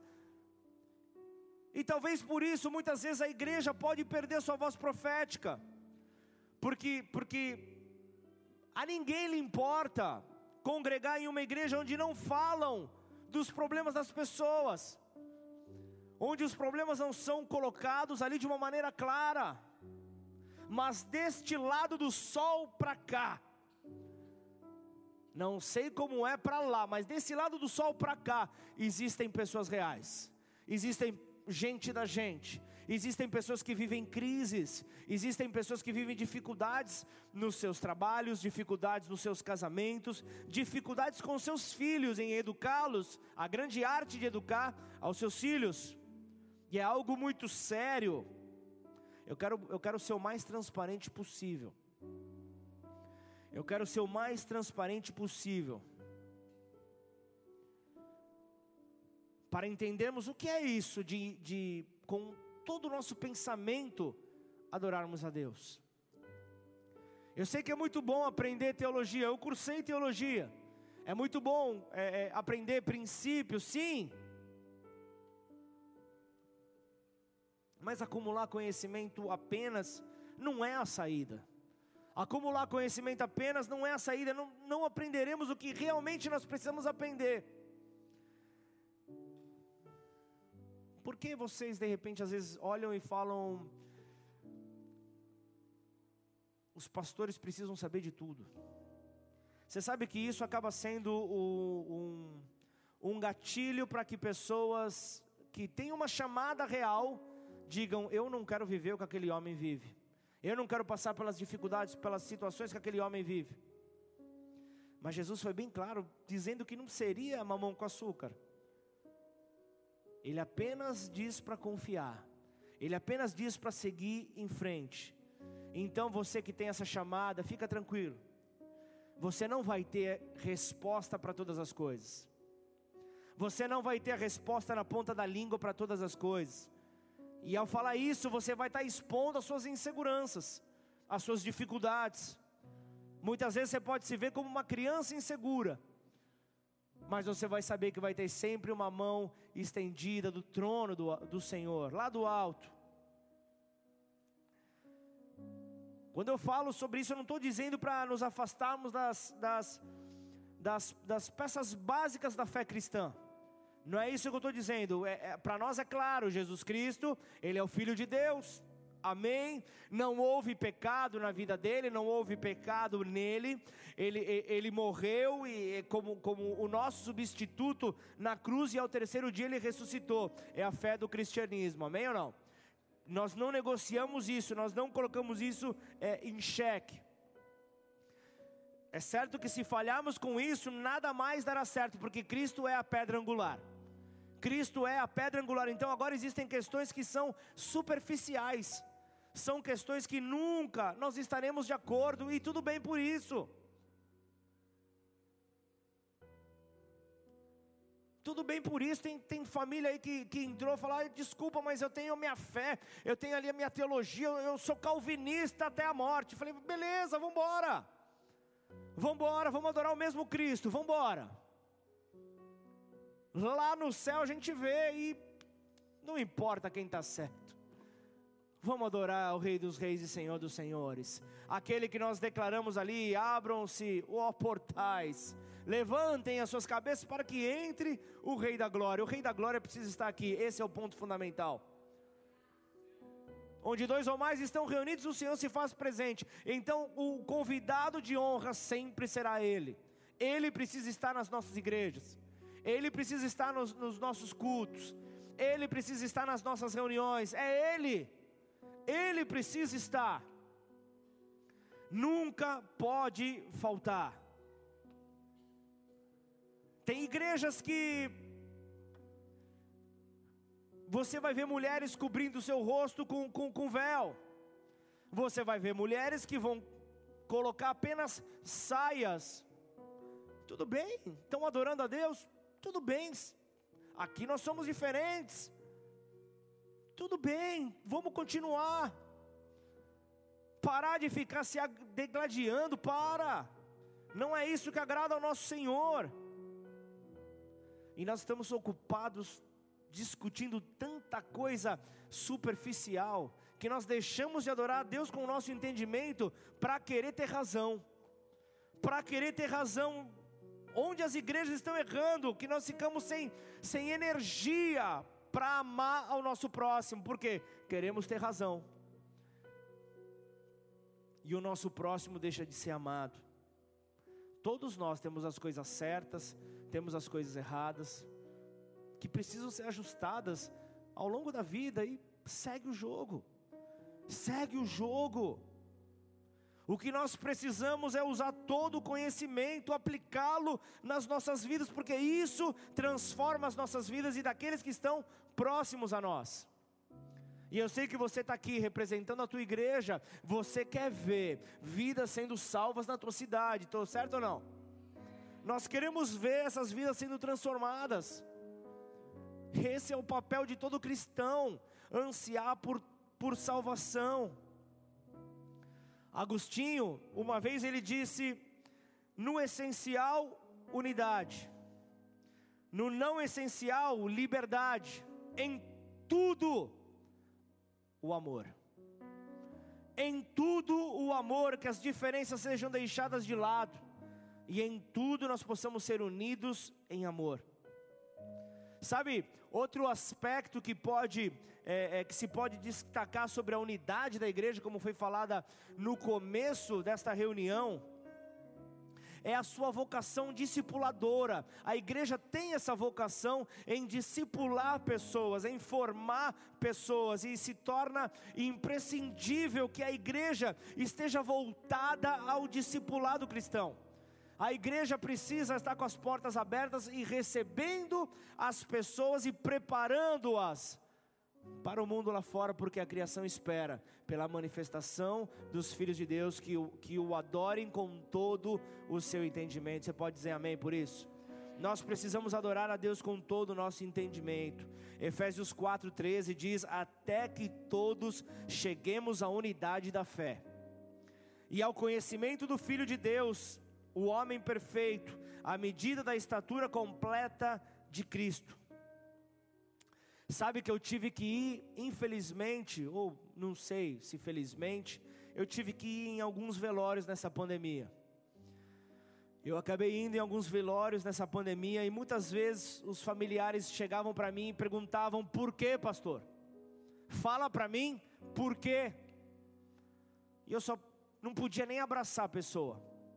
E talvez por isso, muitas vezes a igreja pode perder sua voz profética. Porque, porque a ninguém lhe importa congregar em uma igreja onde não falam dos problemas das pessoas. Onde os problemas não são colocados ali de uma maneira clara. Mas deste lado do sol para cá. Não sei como é para lá, mas desse lado do sol para cá, existem pessoas reais. Existem gente da gente, existem pessoas que vivem crises, existem pessoas que vivem dificuldades nos seus trabalhos, dificuldades nos seus casamentos, dificuldades com seus filhos em educá-los, a grande arte de educar aos seus filhos, e é algo muito sério. Eu quero, eu quero ser o mais transparente possível, eu quero ser o mais transparente possível, para entendermos o que é isso de, de, com todo o nosso pensamento, adorarmos a Deus. Eu sei que é muito bom aprender teologia, eu cursei teologia, é muito bom é, é, aprender princípios, sim. Mas acumular conhecimento apenas não é a saída. Acumular conhecimento apenas não é a saída, não, não aprenderemos o que realmente nós precisamos aprender. Por que vocês de repente às vezes olham e falam, os pastores precisam saber de tudo? Você sabe que isso acaba sendo o, um, um gatilho para que pessoas que têm uma chamada real digam, eu não quero viver o que aquele homem vive, eu não quero passar pelas dificuldades, pelas situações que aquele homem vive. Mas Jesus foi bem claro, dizendo que não seria mamão com açúcar. Ele apenas diz para confiar, Ele apenas diz para seguir em frente. Então você que tem essa chamada, fica tranquilo, você não vai ter resposta para todas as coisas, você não vai ter a resposta na ponta da língua para todas as coisas. E ao falar isso, você vai estar expondo as suas inseguranças, as suas dificuldades. Muitas vezes você pode se ver como uma criança insegura, mas você vai saber que vai ter sempre uma mão estendida do trono do, do Senhor, lá do alto. Quando eu falo sobre isso, eu não estou dizendo para nos afastarmos das, das, das, das peças básicas da fé cristã. Não é isso que eu estou dizendo. É, é, para nós é claro, Jesus Cristo, Ele é o Filho de Deus. Amém? Não houve pecado na vida dele, não houve pecado nele. Ele, ele morreu e, como, como o nosso substituto na cruz, e ao terceiro dia ele ressuscitou. É a fé do cristianismo, amém ou não? Nós não negociamos isso, nós não colocamos isso é, em xeque. É certo que se falharmos com isso, nada mais dará certo, porque Cristo é a pedra angular. Cristo é a pedra angular. Então agora existem questões que são superficiais, são questões que nunca nós estaremos de acordo, e tudo bem por isso. Tudo bem por isso. Tem, tem família aí que, que entrou e falou, ah, desculpa, mas eu tenho a minha fé, eu tenho ali a minha teologia, eu, eu sou calvinista até a morte. Eu falei, beleza, vamos embora. Vamos embora, vamos adorar o mesmo Cristo, vamos embora. Lá no céu a gente vê e não importa quem está certo. Vamos adorar o Rei dos Reis e Senhor dos Senhores. Aquele que nós declaramos ali, abram-se, ó portais, levantem as suas cabeças para que entre o Rei da Glória. O Rei da Glória precisa estar aqui, esse é o ponto fundamental. Onde dois ou mais estão reunidos, o Senhor se faz presente. Então o convidado de honra sempre será Ele. Ele precisa estar nas nossas igrejas, Ele precisa estar nos, nos nossos cultos, Ele precisa estar nas nossas reuniões. É Ele, Ele precisa estar. Nunca pode faltar. Tem igrejas que você vai ver mulheres cobrindo o seu rosto com, com, com véu. Você vai ver mulheres que vão colocar apenas saias. Tudo bem, estão adorando a Deus? Tudo bem, aqui nós somos diferentes. Tudo bem, vamos continuar. parar de ficar se degladiando, para. Não é isso que agrada ao nosso Senhor. E nós estamos ocupados discutindo tanta coisa superficial, que nós deixamos de adorar a Deus com o nosso entendimento, para querer ter razão, para querer ter razão, onde as igrejas estão errando, que nós ficamos sem, sem energia, para amar ao nosso próximo, porque queremos ter razão, e o nosso próximo deixa de ser amado. Todos nós temos as coisas certas, temos as coisas erradas, que precisam ser ajustadas ao longo da vida, e segue o jogo, segue o jogo. O que nós precisamos é usar todo o conhecimento, aplicá-lo nas nossas vidas, porque isso transforma as nossas vidas e daqueles que estão próximos a nós. E eu sei que você está aqui representando a tua igreja, você quer ver vidas sendo salvas na tua cidade, estou certo ou não? Nós queremos ver essas vidas sendo transformadas. Esse é o papel de todo cristão, ansiar por, por salvação. Agostinho, uma vez ele disse: no essencial, unidade; no não essencial, liberdade; em tudo, o amor. Em tudo o amor, que as diferenças sejam deixadas de lado, e em tudo nós possamos ser unidos em amor. Sabe, outro aspecto que pode, é, é, que se pode destacar sobre a unidade da igreja, como foi falada no começo desta reunião, é a sua vocação discipuladora. A igreja tem essa vocação em discipular pessoas, em formar pessoas, e se torna imprescindível que a igreja esteja voltada ao discipulado cristão. A igreja precisa estar com as portas abertas e recebendo as pessoas e preparando-as para o mundo lá fora, porque a criação espera pela manifestação dos filhos de Deus que o, que o adorem com todo o seu entendimento. Você pode dizer amém por isso? Nós precisamos adorar a Deus com todo o nosso entendimento. Efésios quatro, treze diz: até que todos cheguemos à unidade da fé e ao conhecimento do Filho de Deus, o homem perfeito, à medida da estatura completa de Cristo. Sabe que eu tive que ir, infelizmente, ou não sei se felizmente, eu tive que ir em alguns velórios nessa pandemia. Eu acabei indo em alguns velórios nessa pandemia, e muitas vezes os familiares chegavam para mim e perguntavam: por quê, pastor? Fala para mim, por quê? E eu só não podia nem abraçar a pessoa.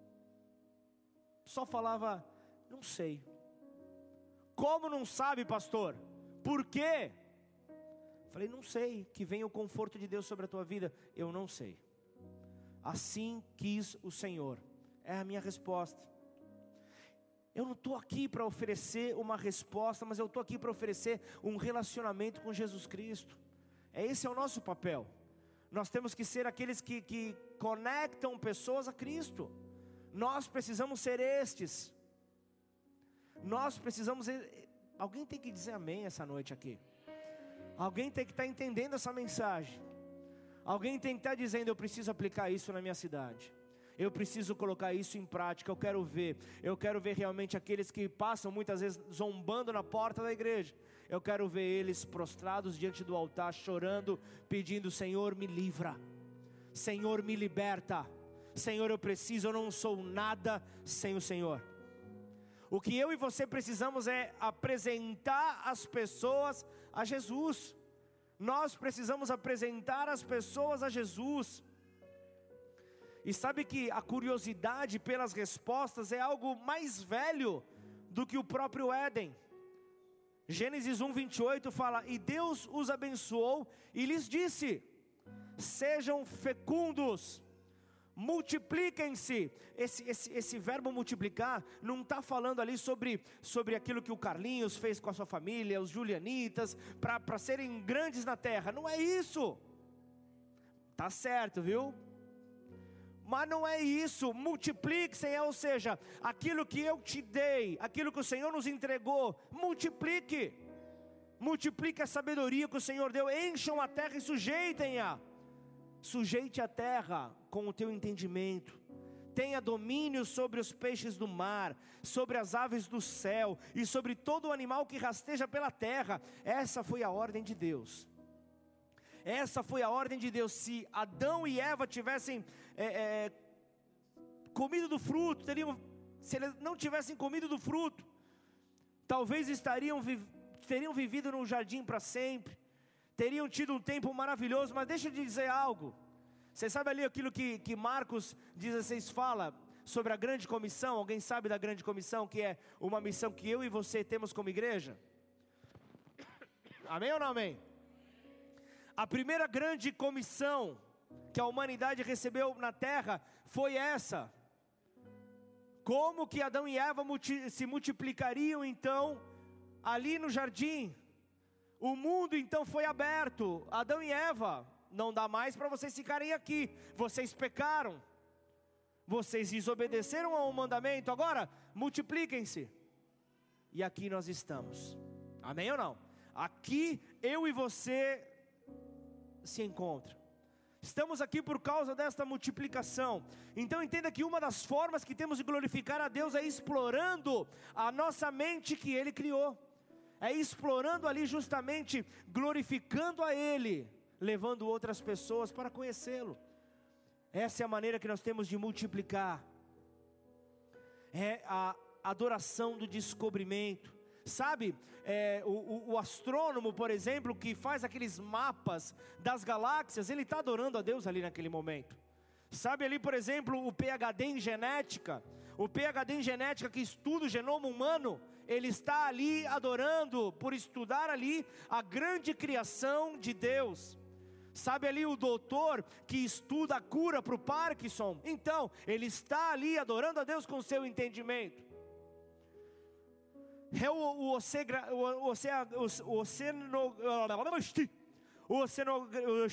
Só falava: não sei. Como não sabe, pastor? Por quê? Falei: não sei, que venha o conforto de Deus sobre a tua vida. Eu não sei. Assim quis o Senhor. É a minha resposta. Eu não estou aqui para oferecer uma resposta, mas eu estou aqui para oferecer um relacionamento com Jesus Cristo. É esse é o nosso papel. Nós temos que ser aqueles que, que conectam pessoas a Cristo. Nós precisamos ser estes. Nós precisamos... Alguém tem que dizer amém essa noite aqui. Alguém tem que estar entendendo essa mensagem. Alguém tem que estar dizendo: eu preciso aplicar isso na minha cidade. Eu preciso colocar isso em prática. Eu quero ver. Eu quero ver realmente aqueles que passam muitas vezes zombando na porta da igreja. Eu quero ver eles prostrados diante do altar, chorando, pedindo: Senhor, me livra. Senhor, me liberta. Senhor, eu preciso, eu não sou nada sem o Senhor. O que eu e você precisamos é apresentar as pessoas a Jesus. Nós precisamos apresentar as pessoas a Jesus. E sabe que a curiosidade pelas respostas é algo mais velho do que o próprio Éden. Gênesis um, vinte e oito fala: e Deus os abençoou e lhes disse: sejam fecundos, multipliquem-se. Esse, esse, esse verbo multiplicar não está falando ali sobre, sobre aquilo que o Carlinhos fez com a sua família, os julianitas, para serem grandes na terra. Não é isso. Tá certo, viu? Mas não é isso. Multipliquem, ou seja, aquilo que eu te dei, aquilo que o Senhor nos entregou, multiplique. Multiplique a sabedoria que o Senhor deu. Encham a terra e sujeitem-a. sujeite a terra com o teu entendimento, tenha domínio sobre os peixes do mar, sobre as aves do céu e sobre todo o animal que rasteja pela terra. Essa foi a ordem de Deus. Essa foi a ordem de Deus. Se Adão e Eva tivessem é, é, comido do fruto, teriam, se eles não tivessem comido do fruto, talvez estariam teriam vivido no jardim para sempre, teriam tido um tempo maravilhoso. Mas deixa eu te dizer algo. Você sabe ali aquilo que, que Marcos dezesseis fala sobre a grande comissão? Alguém sabe da grande comissão, que é uma missão que eu e você temos como igreja? Amém ou não amém? A primeira grande comissão que a humanidade recebeu na terra foi essa. Como que Adão e Eva multi, se multiplicariam então ali no jardim? O mundo então foi aberto. Adão e Eva, não dá mais para vocês ficarem aqui. Vocês pecaram. Vocês desobedeceram ao mandamento. Agora, multipliquem-se. E aqui nós estamos. Amém ou não? Aqui eu e você se encontram. Estamos aqui por causa desta multiplicação. Então entenda que uma das formas que temos de glorificar a Deus é explorando a nossa mente que Ele criou. É explorando ali justamente, glorificando a Ele, levando outras pessoas para conhecê-lo. Essa é a maneira que nós temos de multiplicar. É a adoração do descobrimento. Sabe, é, o, o, o astrônomo, por exemplo, que faz aqueles mapas das galáxias, ele está adorando a Deus ali naquele momento. Sabe ali, por exemplo, o P H D em genética, o P H D em genética que estuda o genoma humano, ele está ali adorando, por estudar ali a grande criação de Deus. Sabe ali o doutor que estuda a cura para o Parkinson, então, ele está ali adorando a Deus com o seu entendimento. É o, o, ocegra, o, ocea, o, o oceno, o oceno,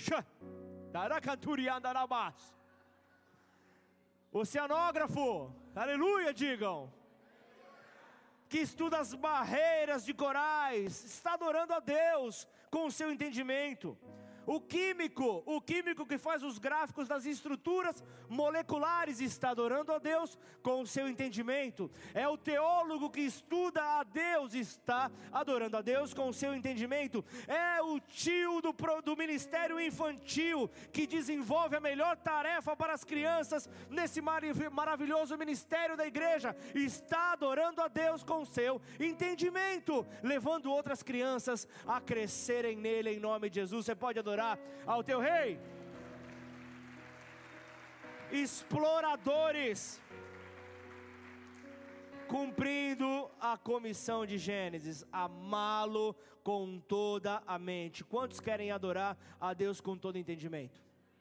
oceanógrafo, aleluia, digam, que estuda as barreiras de corais, está adorando a Deus com o seu entendimento. O químico, o químico que faz os gráficos das estruturas moleculares está adorando a Deus com o seu entendimento. É o teólogo que estuda a Deus, está adorando a Deus com o seu entendimento. É o tio do, do ministério infantil que desenvolve a melhor tarefa para as crianças nesse mar, maravilhoso ministério da igreja, está adorando a Deus com o seu entendimento, levando outras crianças a crescerem nele em nome de Jesus. Você pode adorar ao teu rei. Exploradores, cumprindo a comissão de Gênesis, amá-lo com toda a mente. Quantos querem adorar a Deus com todo entendimento?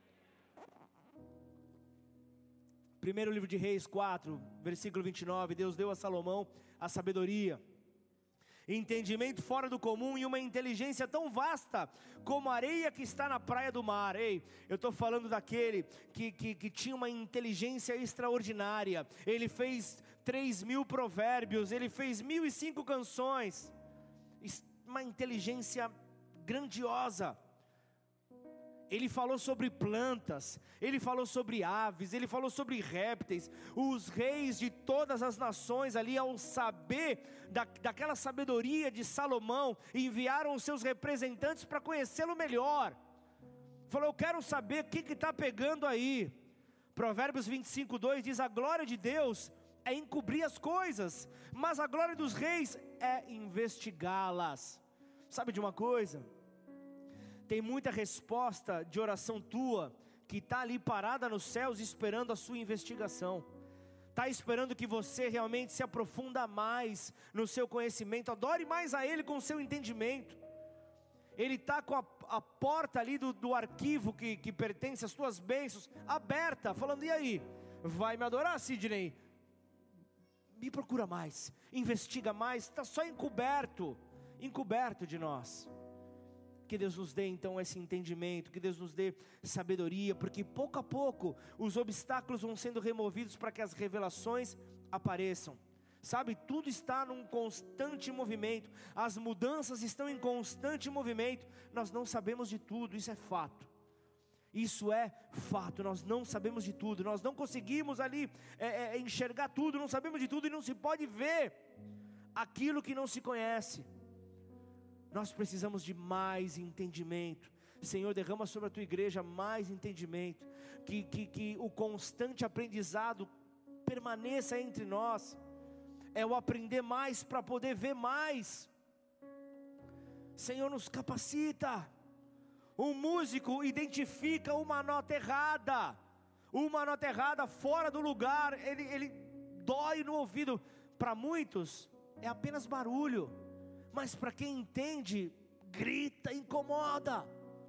Primeiro livro de Reis quatro, versículo vinte e nove, Deus deu a Salomão a sabedoria, entendimento fora do comum e uma inteligência tão vasta como a areia que está na praia do mar. Ei, eu estou falando daquele que, que, que tinha uma inteligência extraordinária. Ele fez três mil provérbios, ele fez mil e cinco canções, uma inteligência grandiosa. Ele falou sobre plantas, ele falou sobre aves, ele falou sobre répteis. Os reis de todas as nações ali, ao saber da, daquela sabedoria de Salomão, enviaram os seus representantes para conhecê-lo melhor. Falou, eu quero saber o que está pegando aí. Provérbios vinte e cinco, dois diz, a glória de Deus é encobrir as coisas, mas a glória dos reis é investigá-las. Sabe de uma coisa? Tem muita resposta de oração tua que está ali parada nos céus esperando a sua investigação. Está esperando que você realmente se aprofunda mais no seu conhecimento. Adore mais a Ele com o seu entendimento. Ele está com a, a porta ali do, do arquivo que, que pertence às tuas bênçãos aberta, falando, e aí? Vai me adorar, Sidney? Me procura mais, investiga mais, está só encoberto, encoberto de nós. Que Deus nos dê então esse entendimento, que Deus nos dê sabedoria, porque pouco a pouco os obstáculos vão sendo removidos para que as revelações apareçam. Sabe, tudo está num constante movimento, as mudanças estão em constante movimento, nós não sabemos de tudo, isso é fato. Isso é fato, nós não sabemos de tudo, nós não conseguimos ali é, é, enxergar tudo, não sabemos de tudo e não se pode ver aquilo que não se conhece. Nós precisamos de mais entendimento. Senhor, derrama sobre a tua igreja mais entendimento, que, que, que o constante aprendizado permaneça entre nós, é o aprender mais para poder ver mais. Senhor, nos capacita. Um músico identifica uma nota errada, uma nota errada fora do lugar, ele, ele dói no ouvido. Para muitos é apenas barulho, mas para quem entende, grita, incomoda.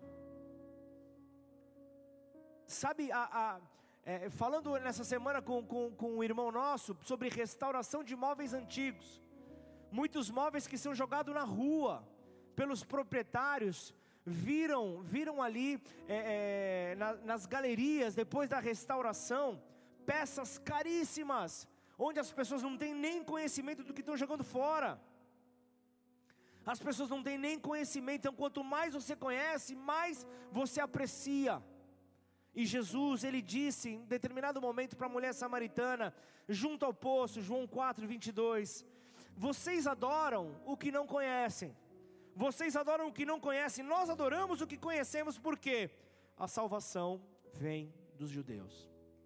Sabe, a, a, é, falando nessa semana com, com, com um irmão nosso, sobre restauração de móveis antigos, muitos móveis que são jogados na rua, pelos proprietários, viram, viram ali, é, é, na, nas galerias, depois da restauração, peças caríssimas, onde as pessoas não têm nem conhecimento do que estão jogando fora. As pessoas não têm nem conhecimento, então quanto mais você conhece, mais você aprecia. E Jesus, ele disse em determinado momento para a mulher samaritana, junto ao poço, João quatro, vinte e dois, vocês adoram o que não conhecem, vocês adoram o que não conhecem, nós adoramos o que conhecemos, porque a salvação vem dos judeus.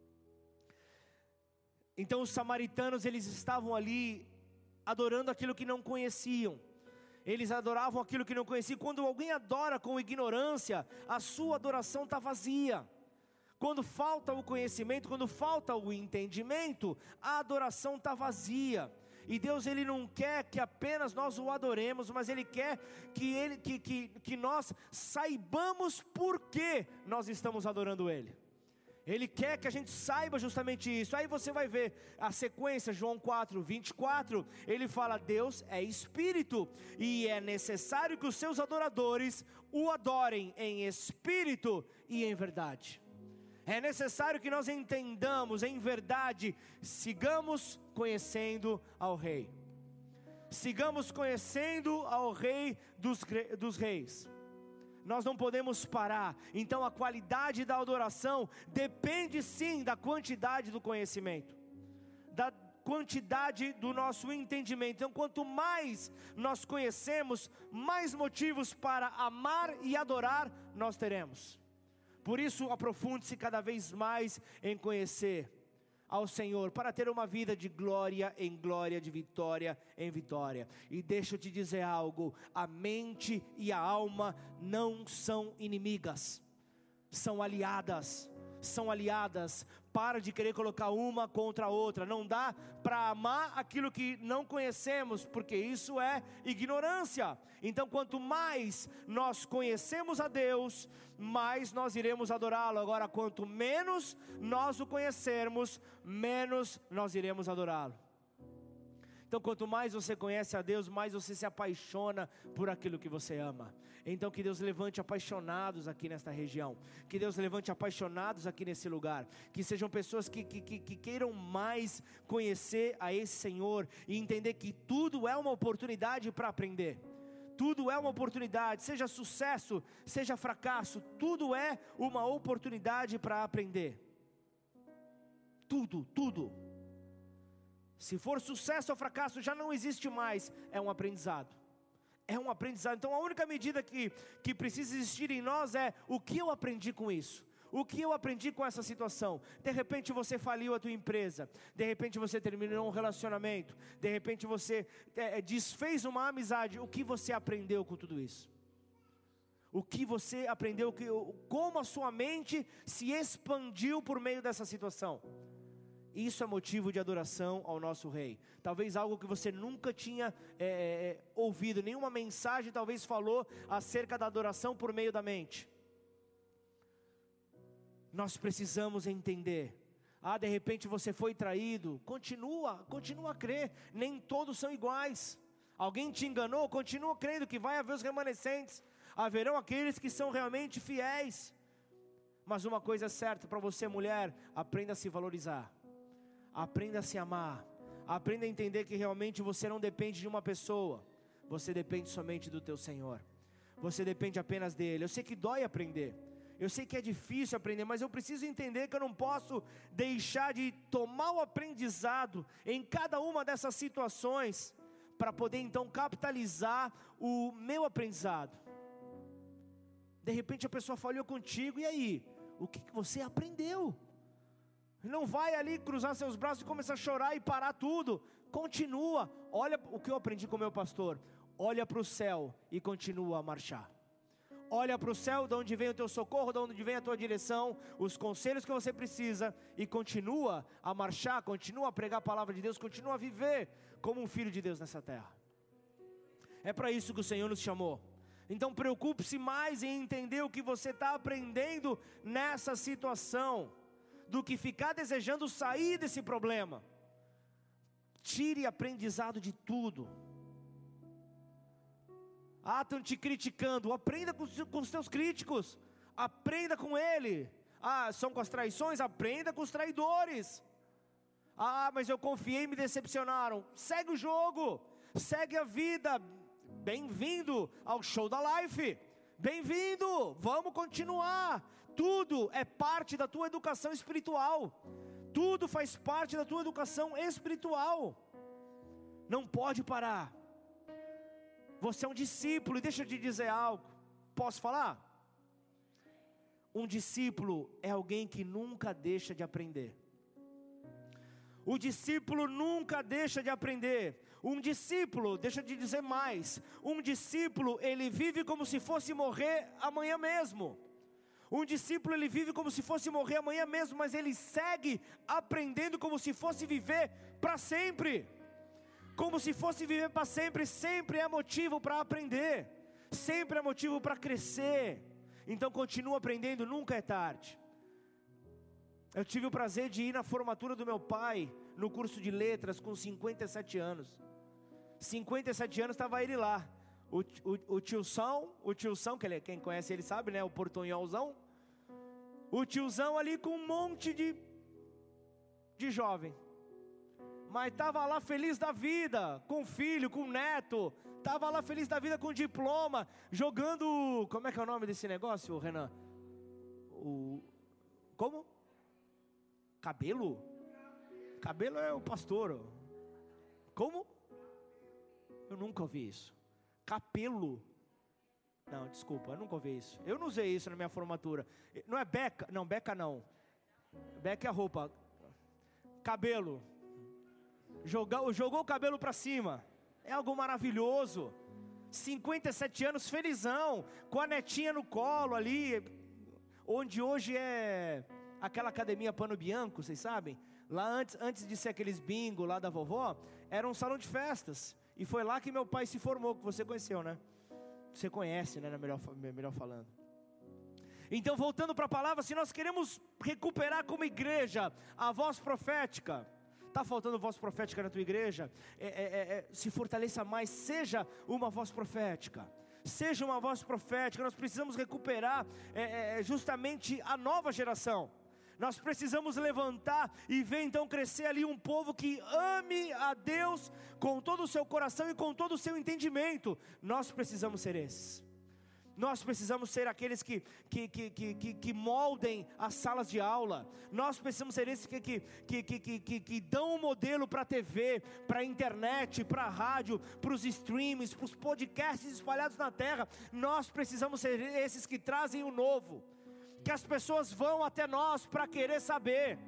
Então os samaritanos, eles estavam ali adorando aquilo que não conheciam, eles adoravam aquilo que não conheciam. Quando alguém adora com ignorância, a sua adoração está vazia. Quando falta o conhecimento, quando falta o entendimento, a adoração está vazia. E Deus, ele não quer que apenas nós o adoremos, mas Ele quer que, ele, que, que, que nós saibamos por que nós estamos adorando Ele. Ele quer que a gente saiba justamente isso. Aí você vai ver a sequência, João quatro, vinte e quatro, ele fala: Deus é Espírito, e é necessário que os seus adoradores o adorem em Espírito e em verdade. É necessário que nós entendamos em verdade, sigamos conhecendo ao Rei. Sigamos conhecendo ao Rei dos, dos reis. Nós não podemos parar. Então a qualidade da adoração depende sim da quantidade do conhecimento, da quantidade do nosso entendimento. Então quanto mais nós conhecemos, mais motivos para amar e adorar nós teremos. Por isso aprofunde-se cada vez mais em conhecer ao Senhor, para ter uma vida de glória em glória, de vitória em vitória. E deixa eu te dizer algo: a mente e a alma não são inimigas, são aliadas, são aliadas. Para de querer colocar uma contra a outra. Não dá para amar aquilo que não conhecemos, porque isso é ignorância. Então quanto mais nós conhecemos a Deus, mais nós iremos adorá-lo. Agora quanto menos nós o conhecermos, menos nós iremos adorá-lo. Então quanto mais você conhece a Deus, mais você se apaixona por aquilo que você ama. Então que Deus levante apaixonados aqui nesta região, que Deus levante apaixonados aqui nesse lugar, que sejam pessoas que, que, que, que queiram mais conhecer a esse Senhor, e entender que tudo é uma oportunidade para aprender. Tudo é uma oportunidade, seja sucesso, seja fracasso, tudo é uma oportunidade para aprender. Tudo, tudo. Se for sucesso ou fracasso, já não existe mais, é um aprendizado. É um aprendizado. Então a única medida que, que precisa existir em nós é: o que eu aprendi com isso? O que eu aprendi com essa situação? De repente você faliu a tua empresa, de repente você terminou um relacionamento, de repente você é, desfez uma amizade. O que você aprendeu com tudo isso? O que você aprendeu, que, como a sua mente se expandiu por meio dessa situação? Isso é motivo de adoração ao nosso Rei. Talvez algo que você nunca tinha é, é, ouvido, nenhuma mensagem talvez falou acerca da adoração por meio da mente. Nós precisamos entender. Ah, de repente você foi traído, continua, continua a crer, nem todos são iguais. Alguém te enganou, continua crendo que vai haver os remanescentes, haverão aqueles que são realmente fiéis. Mas uma coisa é certa para você, mulher: aprenda a se valorizar. Aprenda a se amar, aprenda a entender que realmente você não depende de uma pessoa, você depende somente do teu Senhor, você depende apenas dEle. Eu sei que dói aprender, Eu sei que é difícil aprender, mas eu preciso entender que eu não posso deixar de tomar o aprendizado em cada uma dessas situações, para poder então capitalizar o meu aprendizado. De repente a pessoa falhou contigo, e aí? O que, que você aprendeu? Não vai ali cruzar seus braços e começar a chorar e parar tudo. Continua. Olha o que eu aprendi com o meu pastor. Olha para o céu e continua a marchar. Olha para o céu, de onde vem o teu socorro, de onde vem a tua direção, os conselhos que você precisa, e continua a marchar, continua a pregar a palavra de Deus, continua a viver como um filho de Deus nessa terra. É para isso que o Senhor nos chamou. Então preocupe-se mais em entender o que você está aprendendo nessa situação, do que ficar desejando sair desse problema. Tire aprendizado de tudo. Ah, estão te criticando, aprenda com, com os teus críticos, aprenda com ele. Ah, são com as traições, aprenda com os traidores. Ah, mas eu confiei e me decepcionaram. Segue o jogo, segue a vida. Bem-vindo ao show da life, bem-vindo, vamos continuar. Tudo é parte da tua educação espiritual, tudo faz parte da tua educação espiritual. Não pode parar. Você é um discípulo, e deixa eu te dizer algo, posso falar? Um discípulo é alguém que nunca deixa de aprender. O discípulo nunca deixa de aprender. Um discípulo, deixa eu te dizer mais, um discípulo, ele vive como se fosse morrer amanhã mesmo. Um discípulo, ele vive como se fosse morrer amanhã mesmo, mas ele segue aprendendo como se fosse viver para sempre. Como se fosse viver para sempre, sempre é motivo para aprender, sempre é motivo para crescer. Então continua aprendendo, nunca é tarde. Eu tive o prazer de ir na formatura do meu pai, no curso de letras, com cinquenta e sete anos. cinquenta e sete anos estava ele lá. O, o, o tiozão, o tiozão, que ele, quem conhece ele sabe, né? O portunholzão. O tiozão ali com um monte de, de jovem. Mas estava lá feliz da vida, com filho, com neto. Estava lá feliz da vida com diploma, jogando, como é que é o nome desse negócio, Renan? O, como? Cabelo? Cabelo é o pastor. Como? Eu nunca ouvi isso. Capelo. Não, desculpa, eu nunca ouvi isso. Eu não usei isso na minha formatura. Não é beca? Não, beca não. Beca é a roupa. Cabelo. Jogou, jogou o cabelo para cima. É algo maravilhoso. cinquenta e sete anos, felizão, com a netinha no colo ali. Onde hoje é aquela academia Pano Bianco, vocês sabem? Lá antes, antes de ser aqueles bingo lá da vovó, era um salão de festas. E foi lá que meu pai se formou, que você conheceu, né? Você conhece, né? Melhor, melhor falando. Então, voltando para a palavra, se nós queremos recuperar como igreja a voz profética, está faltando voz profética na tua igreja? É, é, é, se fortaleça mais, seja uma voz profética. Seja uma voz profética. Nós precisamos recuperar é, é, justamente a nova geração. Nós precisamos levantar e ver então crescer ali um povo que ame a Deus com todo o seu coração e com todo o seu entendimento. Nós precisamos ser esses. Nós precisamos ser aqueles que, que, que, que, que, que moldem as salas de aula. Nós precisamos ser esses que, que, que, que, que, que dão um modelo para a T V, para a internet, para a rádio, para os streams, para os podcasts espalhados na terra. Nós precisamos ser esses que trazem o novo, que as pessoas vão até nós para querer saber.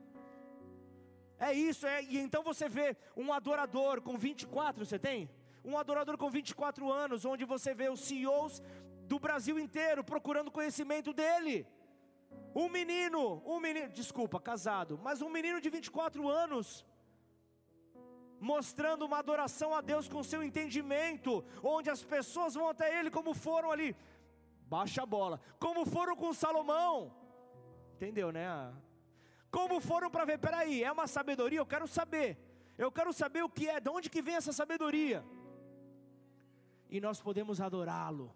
É isso, é, e então você vê um adorador com vinte e quatro, você tem? Um adorador com vinte e quatro anos, onde você vê os C E Os do Brasil inteiro procurando conhecimento dele. Um menino, um menino, desculpa, casado, mas um menino de vinte e quatro anos, mostrando uma adoração a Deus com seu entendimento, onde as pessoas vão até ele como foram ali, baixa a bola, como foram com Salomão, entendeu, né? Como foram para ver, peraí, é uma sabedoria, eu quero saber, eu quero saber o que é, de onde que vem essa sabedoria, e nós podemos adorá-lo.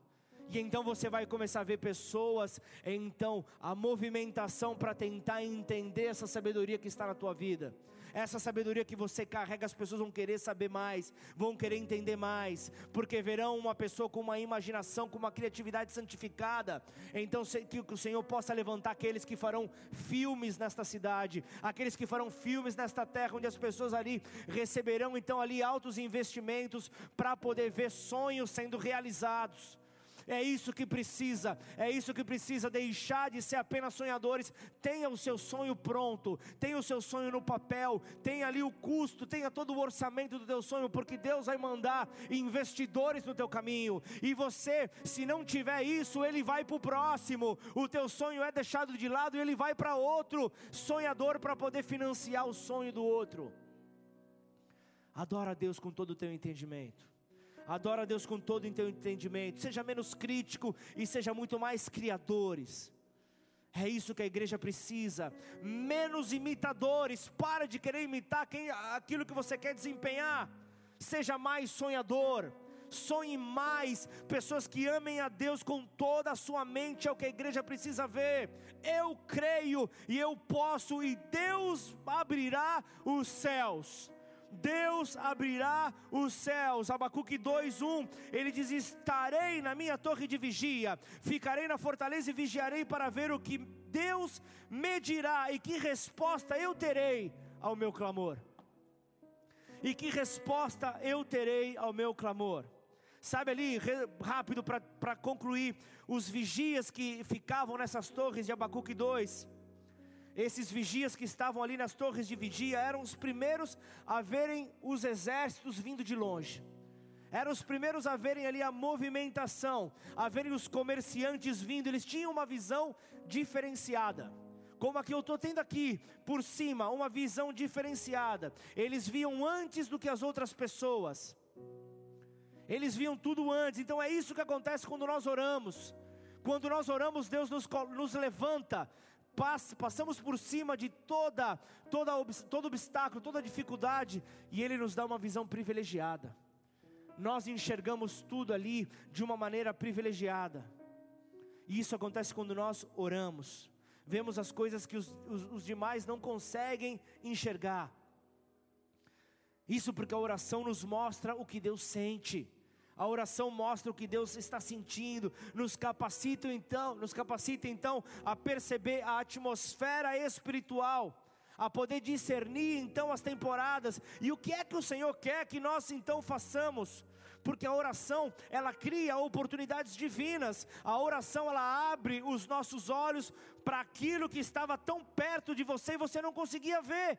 E então você vai começar a ver pessoas, então a movimentação para tentar entender essa sabedoria que está na tua vida. Essa sabedoria que você carrega, as pessoas vão querer saber mais, vão querer entender mais, porque verão uma pessoa com uma imaginação, com uma criatividade santificada. Então que o Senhor possa levantar aqueles que farão filmes nesta cidade, aqueles que farão filmes nesta terra, onde as pessoas ali receberão então ali altos investimentos, para poder ver sonhos sendo realizados. É isso que precisa, é isso que precisa, deixar de ser apenas sonhadores. Tenha o seu sonho pronto, tenha o seu sonho no papel, tenha ali o custo, tenha todo o orçamento do teu sonho, porque Deus vai mandar investidores no teu caminho, e você, se não tiver isso, ele vai para o próximo, o teu sonho é deixado de lado e ele vai para outro sonhador, para poder financiar o sonho do outro. Adora a Deus com todo o teu entendimento. Adora a Deus com todo o teu entendimento. Seja menos crítico e seja muito mais criadores. É isso que a igreja precisa. Menos imitadores. Para de querer imitar quem, aquilo que você quer desempenhar. Seja mais sonhador. Sonhe mais. Pessoas que amem a Deus com toda a sua mente. É o que a igreja precisa ver. Eu creio e eu posso, e Deus abrirá os céus. Deus abrirá os céus. Abacuque dois, um, ele diz: estarei na minha torre de vigia, ficarei na fortaleza e vigiarei para ver o que Deus me dirá, e que resposta eu terei ao meu clamor. E que resposta eu terei ao meu clamor. Sabe ali, rápido para concluir, os vigias que ficavam nessas torres de Abacuque dois, esses vigias que estavam ali nas torres de vigia, eram os primeiros a verem os exércitos vindo de longe. Eram os primeiros a verem ali a movimentação, a verem os comerciantes vindo. Eles tinham uma visão diferenciada, como a que eu estou tendo aqui, por cima, uma visão diferenciada. Eles viam antes do que as outras pessoas. Eles viam tudo antes. Então é isso que acontece quando nós oramos. Quando nós oramos, Deus nos, nos levanta. Passamos por cima de toda, toda, todo obstáculo, toda dificuldade, e Ele nos dá uma visão privilegiada. Nós enxergamos tudo ali de uma maneira privilegiada. E isso acontece quando nós oramos. Vemos as coisas que os, os, os demais não conseguem enxergar. Isso porque a oração nos mostra o que Deus sente. A oração mostra o que Deus está sentindo, nos capacita então, nos capacita então a perceber a atmosfera espiritual, a poder discernir então as temporadas, e o que é que o Senhor quer que nós então façamos, porque a oração, ela cria oportunidades divinas. A oração, ela abre os nossos olhos para aquilo que estava tão perto de você e você não conseguia ver.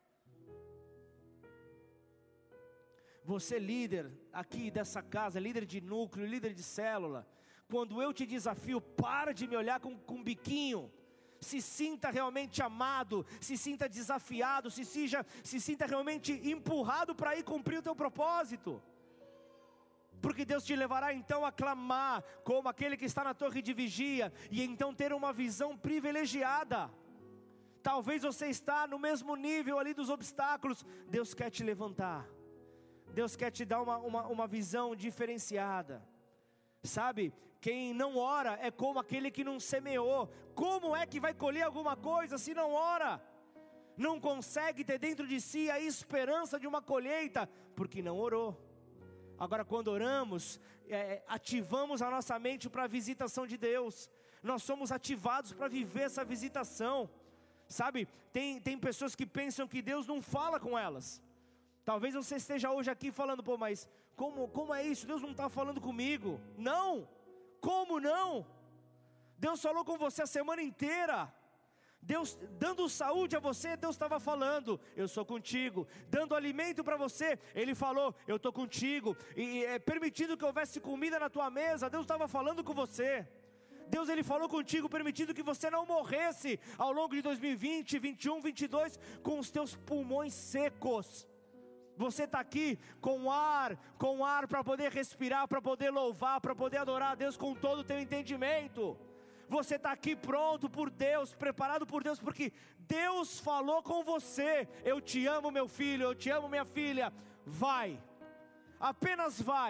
Você líder aqui dessa casa, líder de núcleo, líder de célula, quando eu te desafio, para de me olhar com, com biquinho, se sinta realmente amado, se sinta desafiado, se, seja, se sinta realmente empurrado para ir cumprir o teu propósito, porque Deus te levará então a clamar, como aquele que está na torre de vigia, e então ter uma visão privilegiada. Talvez você está no mesmo nível ali dos obstáculos, Deus quer te levantar. Deus quer te dar uma, uma, uma visão diferenciada. Sabe, quem não ora é como aquele que não semeou. Como é que vai colher alguma coisa se não ora? Não consegue ter dentro de si a esperança de uma colheita, porque não orou. Agora, quando oramos, é, ativamos a nossa mente para a visitação de Deus. Nós somos ativados para viver essa visitação. Sabe, tem, tem pessoas que pensam que Deus não fala com elas. Talvez você esteja hoje aqui falando: pô, mas como, como é isso? Deus não está falando comigo. Não, como não? Deus falou com você a semana inteira. Deus dando saúde a você, Deus estava falando: eu sou contigo. Dando alimento para você, Ele falou: eu estou contigo. E é, permitindo que houvesse comida na tua mesa, Deus estava falando com você. Deus, Ele falou contigo, permitindo que você não morresse ao longo de dois mil e vinte, vinte e um, vinte e dois, com os teus pulmões secos. Você está aqui com ar, com ar para poder respirar, para poder louvar, para poder adorar a Deus com todo o teu entendimento. Você está aqui pronto por Deus, preparado por Deus, porque Deus falou com você: eu te amo, meu filho, eu te amo, minha filha. Vai, apenas vai,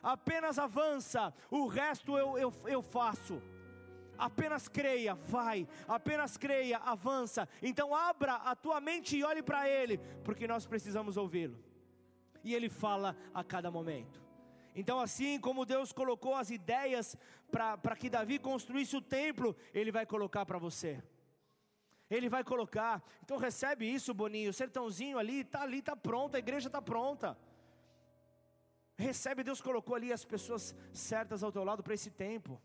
apenas avança, o resto eu, eu, eu faço. Apenas creia, vai, apenas creia, avança. Então abra a tua mente e olhe para Ele, porque nós precisamos ouvi-lo. E Ele fala a cada momento. Então assim como Deus colocou as ideias para que Davi construísse o templo, Ele vai colocar para você. Ele vai colocar. Então recebe isso, Boninho, o sertãozinho ali, está ali, está pronto, a igreja está pronta. Recebe, Deus colocou ali as pessoas certas ao teu lado para esse tempo.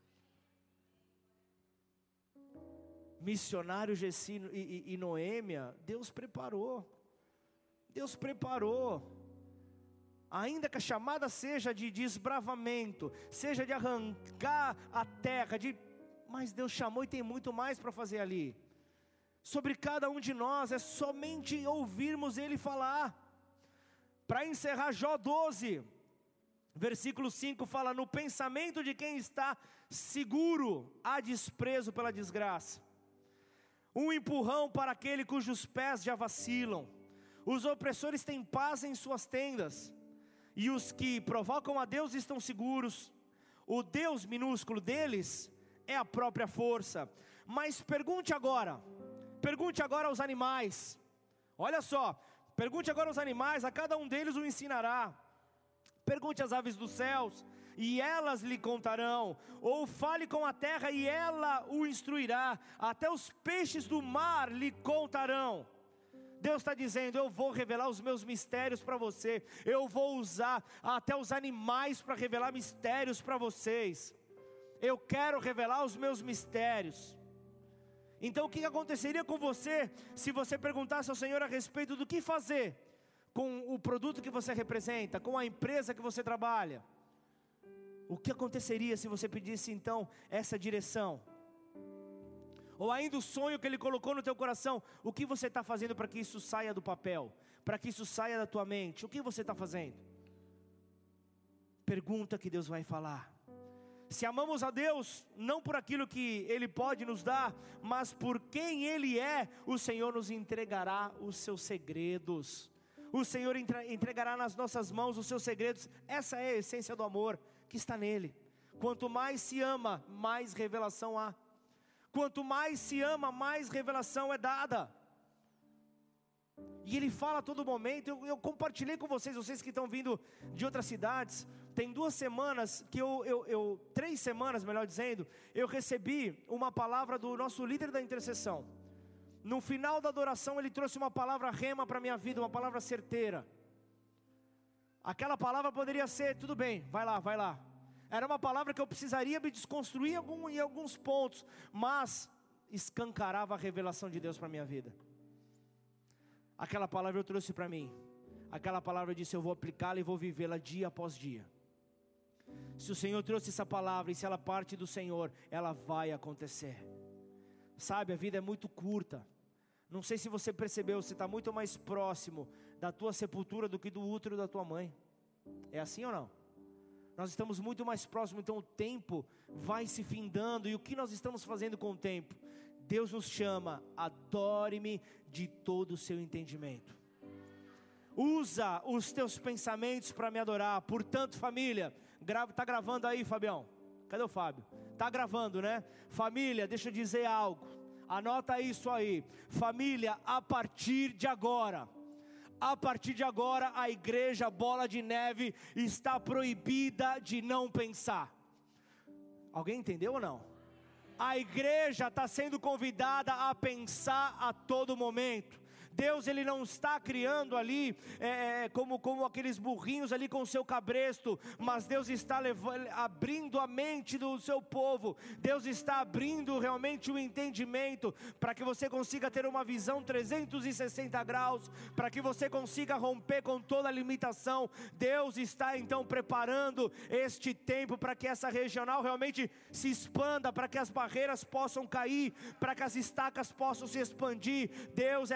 Missionário Gessi e, e, e Noêmia, Deus preparou, Deus preparou, ainda que a chamada seja de desbravamento, seja de arrancar a terra, de, mas Deus chamou e tem muito mais para fazer ali. Sobre cada um de nós é somente ouvirmos Ele falar. Para encerrar, Jó doze, versículo cinco fala: no pensamento de quem está seguro, há desprezo pela desgraça. Um empurrão para aquele cujos pés já vacilam. Os opressores têm paz em suas tendas, e os que provocam a Deus estão seguros. O Deus minúsculo deles é a própria força. Mas pergunte agora, pergunte agora aos animais. Olha só, pergunte agora aos animais, a cada um deles o ensinará. Pergunte às aves dos céus, e elas lhe contarão. Ou fale com a terra, e ela o instruirá. Até os peixes do mar lhe contarão. Deus está dizendo: eu vou revelar os meus mistérios para você. Eu vou usar até os animais para revelar mistérios para vocês. Eu quero revelar os meus mistérios. Então o que aconteceria com você se você perguntasse ao Senhor a respeito do que fazer com o produto que você representa, com a empresa que você trabalha? O que aconteceria se você pedisse então essa direção? Ou ainda o sonho que Ele colocou no teu coração, o que você está fazendo para que isso saia do papel? Para que isso saia da tua mente? O que você está fazendo? Pergunta que Deus vai falar. Se amamos a Deus, não por aquilo que Ele pode nos dar, mas por quem Ele é, o Senhor nos entregará os seus segredos. O Senhor entregará nas nossas mãos os seus segredos. Essa é a essência do amor que está nele. Quanto mais se ama, mais revelação há. Quanto mais se ama, mais revelação é dada. E Ele fala a todo momento. Eu, eu compartilhei com vocês, vocês que estão vindo de outras cidades. Tem duas semanas que eu, eu, eu três semanas, melhor dizendo, eu recebi uma palavra do nosso líder da intercessão. No final da adoração ele trouxe uma palavra rema para a minha vida, uma palavra certeira. Aquela palavra poderia ser: tudo bem, vai lá, vai lá. Era uma palavra que eu precisaria me desconstruir em, algum, em alguns pontos, mas escancarava a revelação de Deus para a minha vida. Aquela palavra eu trouxe para mim. Aquela palavra eu disse: eu vou aplicá-la e vou vivê-la dia após dia. Se o Senhor trouxe essa palavra e se ela parte do Senhor, ela vai acontecer. Sabe, a vida é muito curta. Não sei se você percebeu, você está muito mais próximo da tua sepultura do que do útero da tua mãe. É assim ou não? Nós estamos muito mais próximos, então o tempo vai se findando. E o que nós estamos fazendo com o tempo? Deus nos chama: adore-me de todo o seu entendimento. Usa os teus pensamentos para me adorar. Portanto, família, grava, tá gravando aí, Fabião? Cadê o Fábio? Tá gravando, né? Família, deixa eu dizer algo. Anota isso aí. Família, a partir de agora, a partir de agora, a igreja Bola de Neve está proibida de não pensar. Alguém entendeu ou não? A igreja está sendo convidada a pensar a todo momento. Deus, Ele não está criando ali é, como, como aqueles burrinhos ali com o seu cabresto, mas Deus está levando, abrindo a mente do seu povo. Deus está abrindo realmente o entendimento, para que você consiga ter uma visão trezentos e sessenta graus, para que você consiga romper com toda a limitação. Deus está então preparando este tempo para que essa regional realmente se expanda, para que as barreiras possam cair, para que as estacas possam se expandir. Deus é aquele que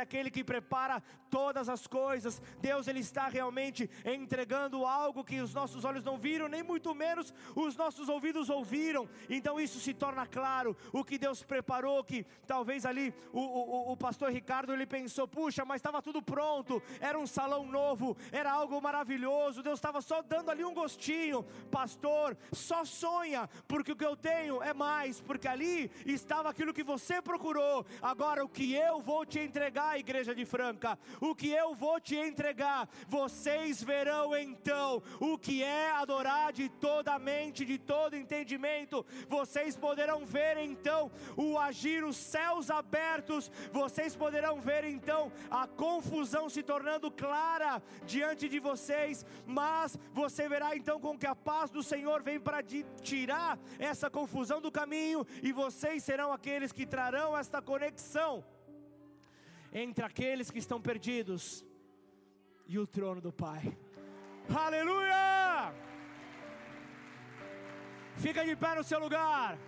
prepara todas as coisas. Deus, Ele está realmente entregando algo que os nossos olhos não viram, nem muito menos os nossos ouvidos ouviram. Então isso se torna claro, o que Deus preparou, que talvez ali o, o, o pastor Ricardo, ele pensou, puxa, mas estava tudo pronto, era um salão novo, era algo maravilhoso, Deus estava só dando ali um gostinho. Pastor, só sonha, porque o que eu tenho é mais, porque ali estava aquilo que você procurou. Agora o que eu vou te entregar, igreja de Franca, o que eu vou te entregar, vocês verão então o que é adorar de toda a mente, de todo entendimento. Vocês poderão ver então o agir, os céus abertos, vocês poderão ver então a confusão se tornando clara diante de vocês, mas você verá então com que a paz do Senhor vem para tirar essa confusão do caminho, e vocês serão aqueles que trarão esta conexão entre aqueles que estão perdidos e o trono do Pai. Aleluia! Fica de pé no seu lugar.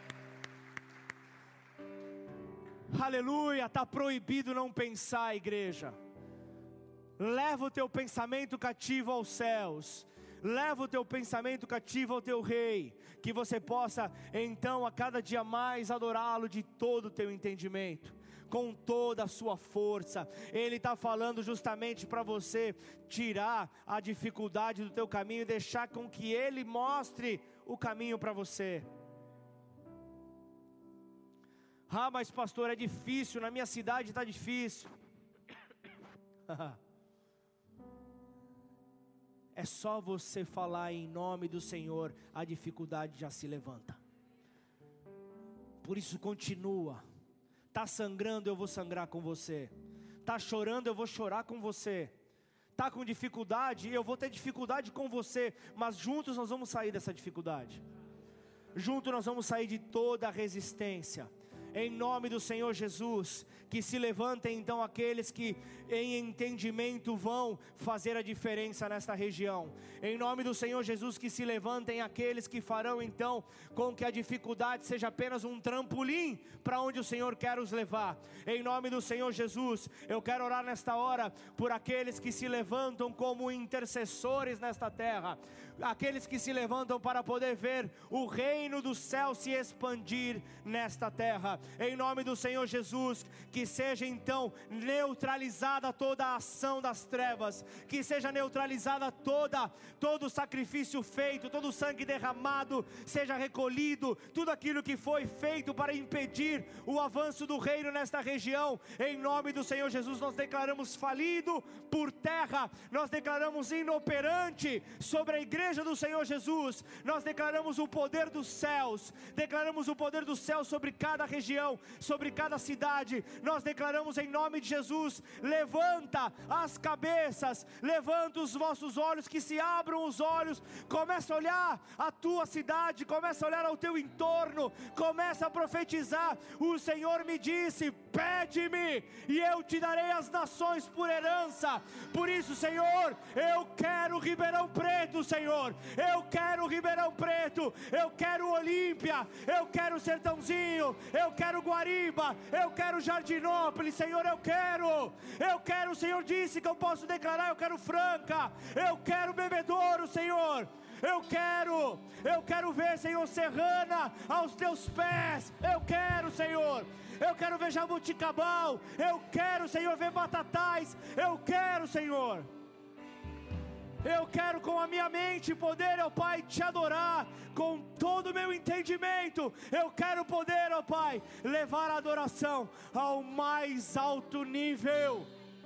Aleluia! Está proibido não pensar, igreja. Leva o teu pensamento cativo aos céus. Leva o teu pensamento cativo ao teu Rei, que você possa então a cada dia mais adorá-lo de todo o teu entendimento, com toda a sua força. Ele está falando justamente para você tirar a dificuldade do teu caminho e deixar com que Ele mostre o caminho para você. Ah, mas pastor, é difícil, na minha cidade está difícil. É só você falar em nome do Senhor, a dificuldade já se levanta. Por isso continua. Está sangrando, eu vou sangrar com você. Está chorando, eu vou chorar com você. Está com dificuldade, eu vou ter dificuldade com você. Mas juntos nós vamos sair dessa dificuldade. Juntos nós vamos sair de toda a resistência. Em nome do Senhor Jesus, que se levantem então aqueles que em entendimento vão fazer a diferença nesta região. Em nome do Senhor Jesus, que se levantem aqueles que farão então com que a dificuldade seja apenas um trampolim para onde o Senhor quer os levar. Em nome do Senhor Jesus, eu quero orar nesta hora por aqueles que se levantam como intercessores nesta terra, aqueles que se levantam para poder ver o reino do céu se expandir nesta terra. Em nome do Senhor Jesus, que seja então neutralizada toda a ação das trevas, que seja neutralizada toda, todo o sacrifício feito, todo o sangue derramado, seja recolhido, tudo aquilo que foi feito para impedir o avanço do reino nesta região. Em nome do Senhor Jesus, nós declaramos falido por terra, nós declaramos inoperante sobre a igreja do Senhor Jesus, nós declaramos o poder dos céus, declaramos o poder dos céus sobre cada região, sobre cada cidade. Nós declaramos em nome de Jesus: levanta as cabeças, levanta os vossos olhos, que se abram os olhos, começa a olhar a tua cidade, começa a olhar ao teu entorno, começa a profetizar. O Senhor me disse: pede-me e eu te darei as nações por herança. Por isso, Senhor, eu quero Ribeirão Preto, Senhor, eu quero Ribeirão Preto, eu quero Olímpia, eu quero Sertãozinho, eu quero Guariba, eu quero Jardinópolis, Senhor, eu quero, eu quero, o Senhor disse que eu posso declarar, eu quero Franca, eu quero Bebedouro, Senhor, eu quero, eu quero ver, Senhor, Serrana aos teus pés, eu quero, Senhor, eu quero ver Jabuticabal, eu quero, Senhor, ver Batatais, eu quero, Senhor. Eu quero com a minha mente poder, ó Pai, te adorar com todo o meu entendimento. Eu quero poder, ó Pai, levar a adoração ao mais alto nível.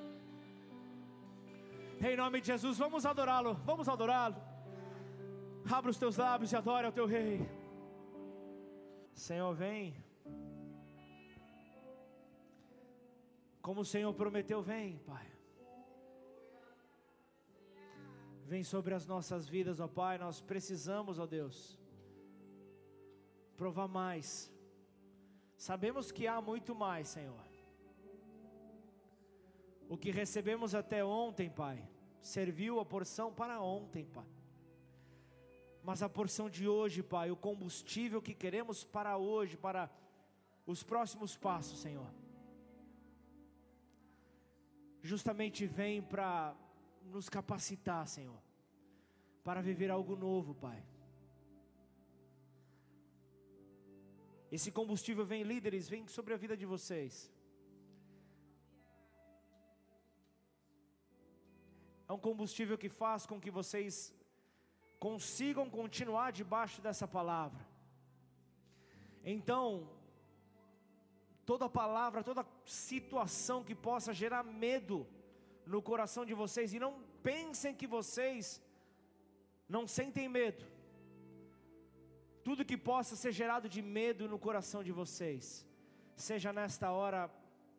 Em nome de Jesus, vamos adorá-lo, vamos adorá-lo. Abra os teus lábios e adore ao teu Rei. Senhor, vem. Como o Senhor prometeu, vem, Pai. Vem sobre as nossas vidas, ó Pai, nós precisamos, ó Deus, provar mais. Sabemos que há muito mais, Senhor. O que recebemos até ontem, Pai, serviu a porção para ontem, Pai. Mas a porção de hoje, Pai, o combustível que queremos para hoje, para os próximos passos, Senhor. justamente vem para nos capacitar, Senhor, para viver algo novo, Pai. Esse combustível vem, líderes, vem sobre a vida de vocês. É um combustível que faz com que vocês consigam continuar debaixo dessa palavra. Então, toda palavra, toda situação que possa gerar medo no coração de vocês, e não pensem que vocês não sentem medo. Tudo que possa ser gerado de medo no coração de vocês, seja nesta hora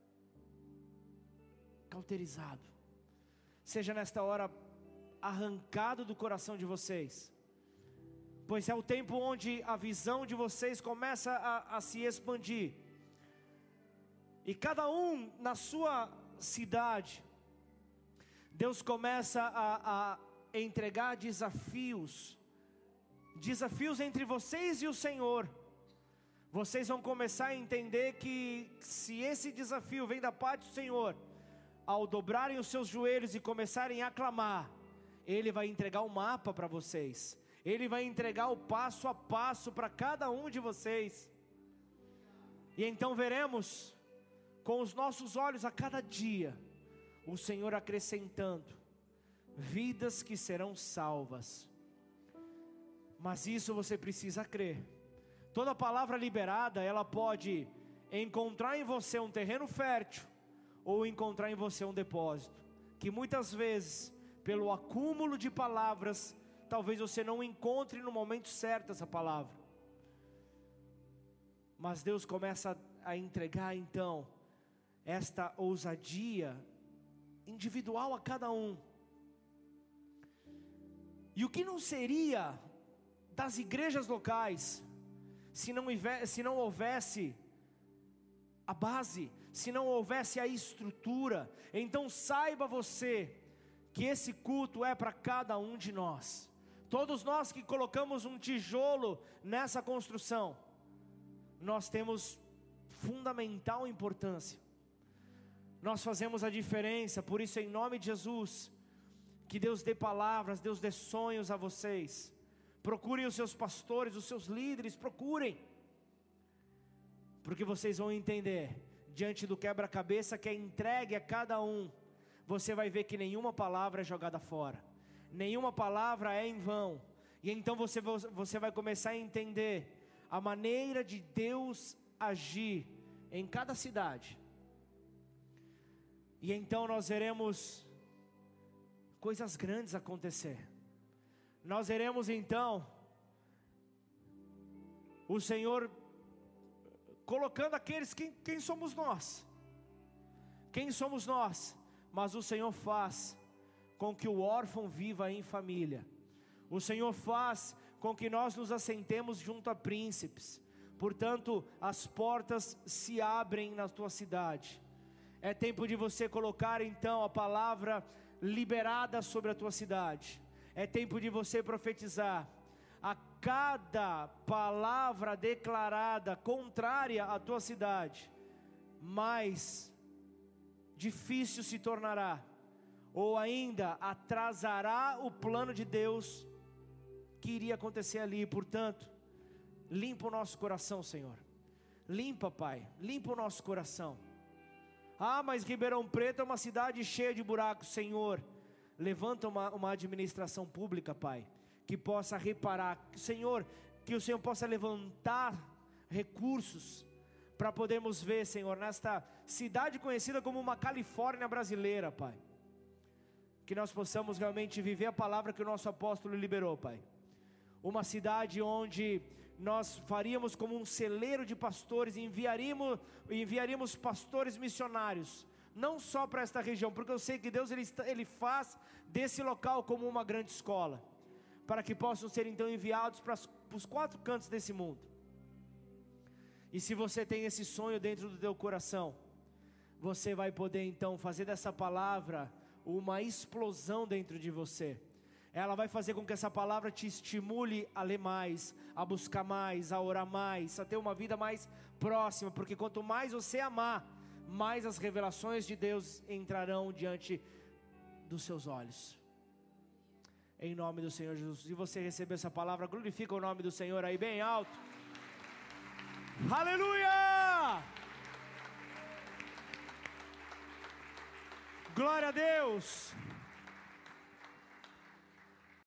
cauterizado, seja nesta hora arrancado do coração de vocês, pois é o tempo onde a visão de vocês começa a, a se expandir, e cada um na sua cidade, Deus começa a, a entregar desafios, desafios entre vocês e o Senhor. Vocês vão começar a entender que se esse desafio vem da parte do Senhor, ao dobrarem os seus joelhos e começarem a clamar, Ele vai entregar o mapa para vocês, Ele vai entregar o passo a passo para cada um de vocês, e então veremos com os nossos olhos a cada dia, o Senhor acrescentando vidas que serão salvas. Mas isso você precisa crer. Toda palavra liberada, ela pode encontrar em você um terreno fértil, ou encontrar em você um depósito, que muitas vezes, pelo acúmulo de palavras, talvez você não encontre no momento certo essa palavra. Mas Deus começa a entregar então esta ousadia individual a cada um. E o que não seria das igrejas locais, se não, se não houvesse a base, se não houvesse a estrutura? Então saiba você, que esse culto é para cada um de nós, todos nós que colocamos um tijolo nessa construção, nós temos fundamental importância, nós fazemos a diferença. Por isso, em nome de Jesus, que Deus dê palavras, Deus dê sonhos a vocês. Procurem os seus pastores, os seus líderes, procurem, porque vocês vão entender, diante do quebra-cabeça que é entregue a cada um, você vai ver que nenhuma palavra é jogada fora, nenhuma palavra é em vão, e então você, você vai começar a entender a maneira de Deus agir em cada cidade, e então nós veremos coisas grandes acontecer. Nós veremos então o Senhor colocando aqueles, quem, quem somos nós? Quem somos nós? Mas o Senhor faz com que o órfão viva em família. O Senhor faz com que nós nos assentemos junto a príncipes. Portanto, as portas se abrem na tua cidade. É tempo de você colocar então a palavra liberada sobre a tua cidade. É tempo de você profetizar. A cada palavra declarada contrária à tua cidade, mais difícil se tornará, ou ainda atrasará o plano de Deus que iria acontecer ali. Portanto, limpa o nosso coração, Senhor. Limpa, Pai, limpa o nosso coração. Ah, mas Ribeirão Preto é uma cidade cheia de buracos. Senhor, levanta uma, uma administração pública, Pai, que possa reparar. Senhor, que o Senhor possa levantar recursos para podermos ver, Senhor, nesta cidade conhecida como uma Califórnia brasileira, Pai, que nós possamos realmente viver a palavra que o nosso apóstolo liberou, Pai. Uma cidade onde nós faríamos como um celeiro de pastores, e enviaríamos, enviaríamos pastores missionários, não só para esta região, porque eu sei que Deus ele, ele faz desse local como uma grande escola, para que possam ser então enviados para, para os quatro cantos desse mundo. E se você tem esse sonho dentro do teu coração, você vai poder então fazer dessa palavra uma explosão dentro de você. Ela vai fazer com que essa palavra te estimule a ler mais, a buscar mais, a orar mais, a ter uma vida mais próxima, porque quanto mais você amar, mais as revelações de Deus entrarão diante dos seus olhos. Em nome do Senhor Jesus. Se você receber essa palavra, glorifica o nome do Senhor aí bem alto. Aleluia! Glória a Deus!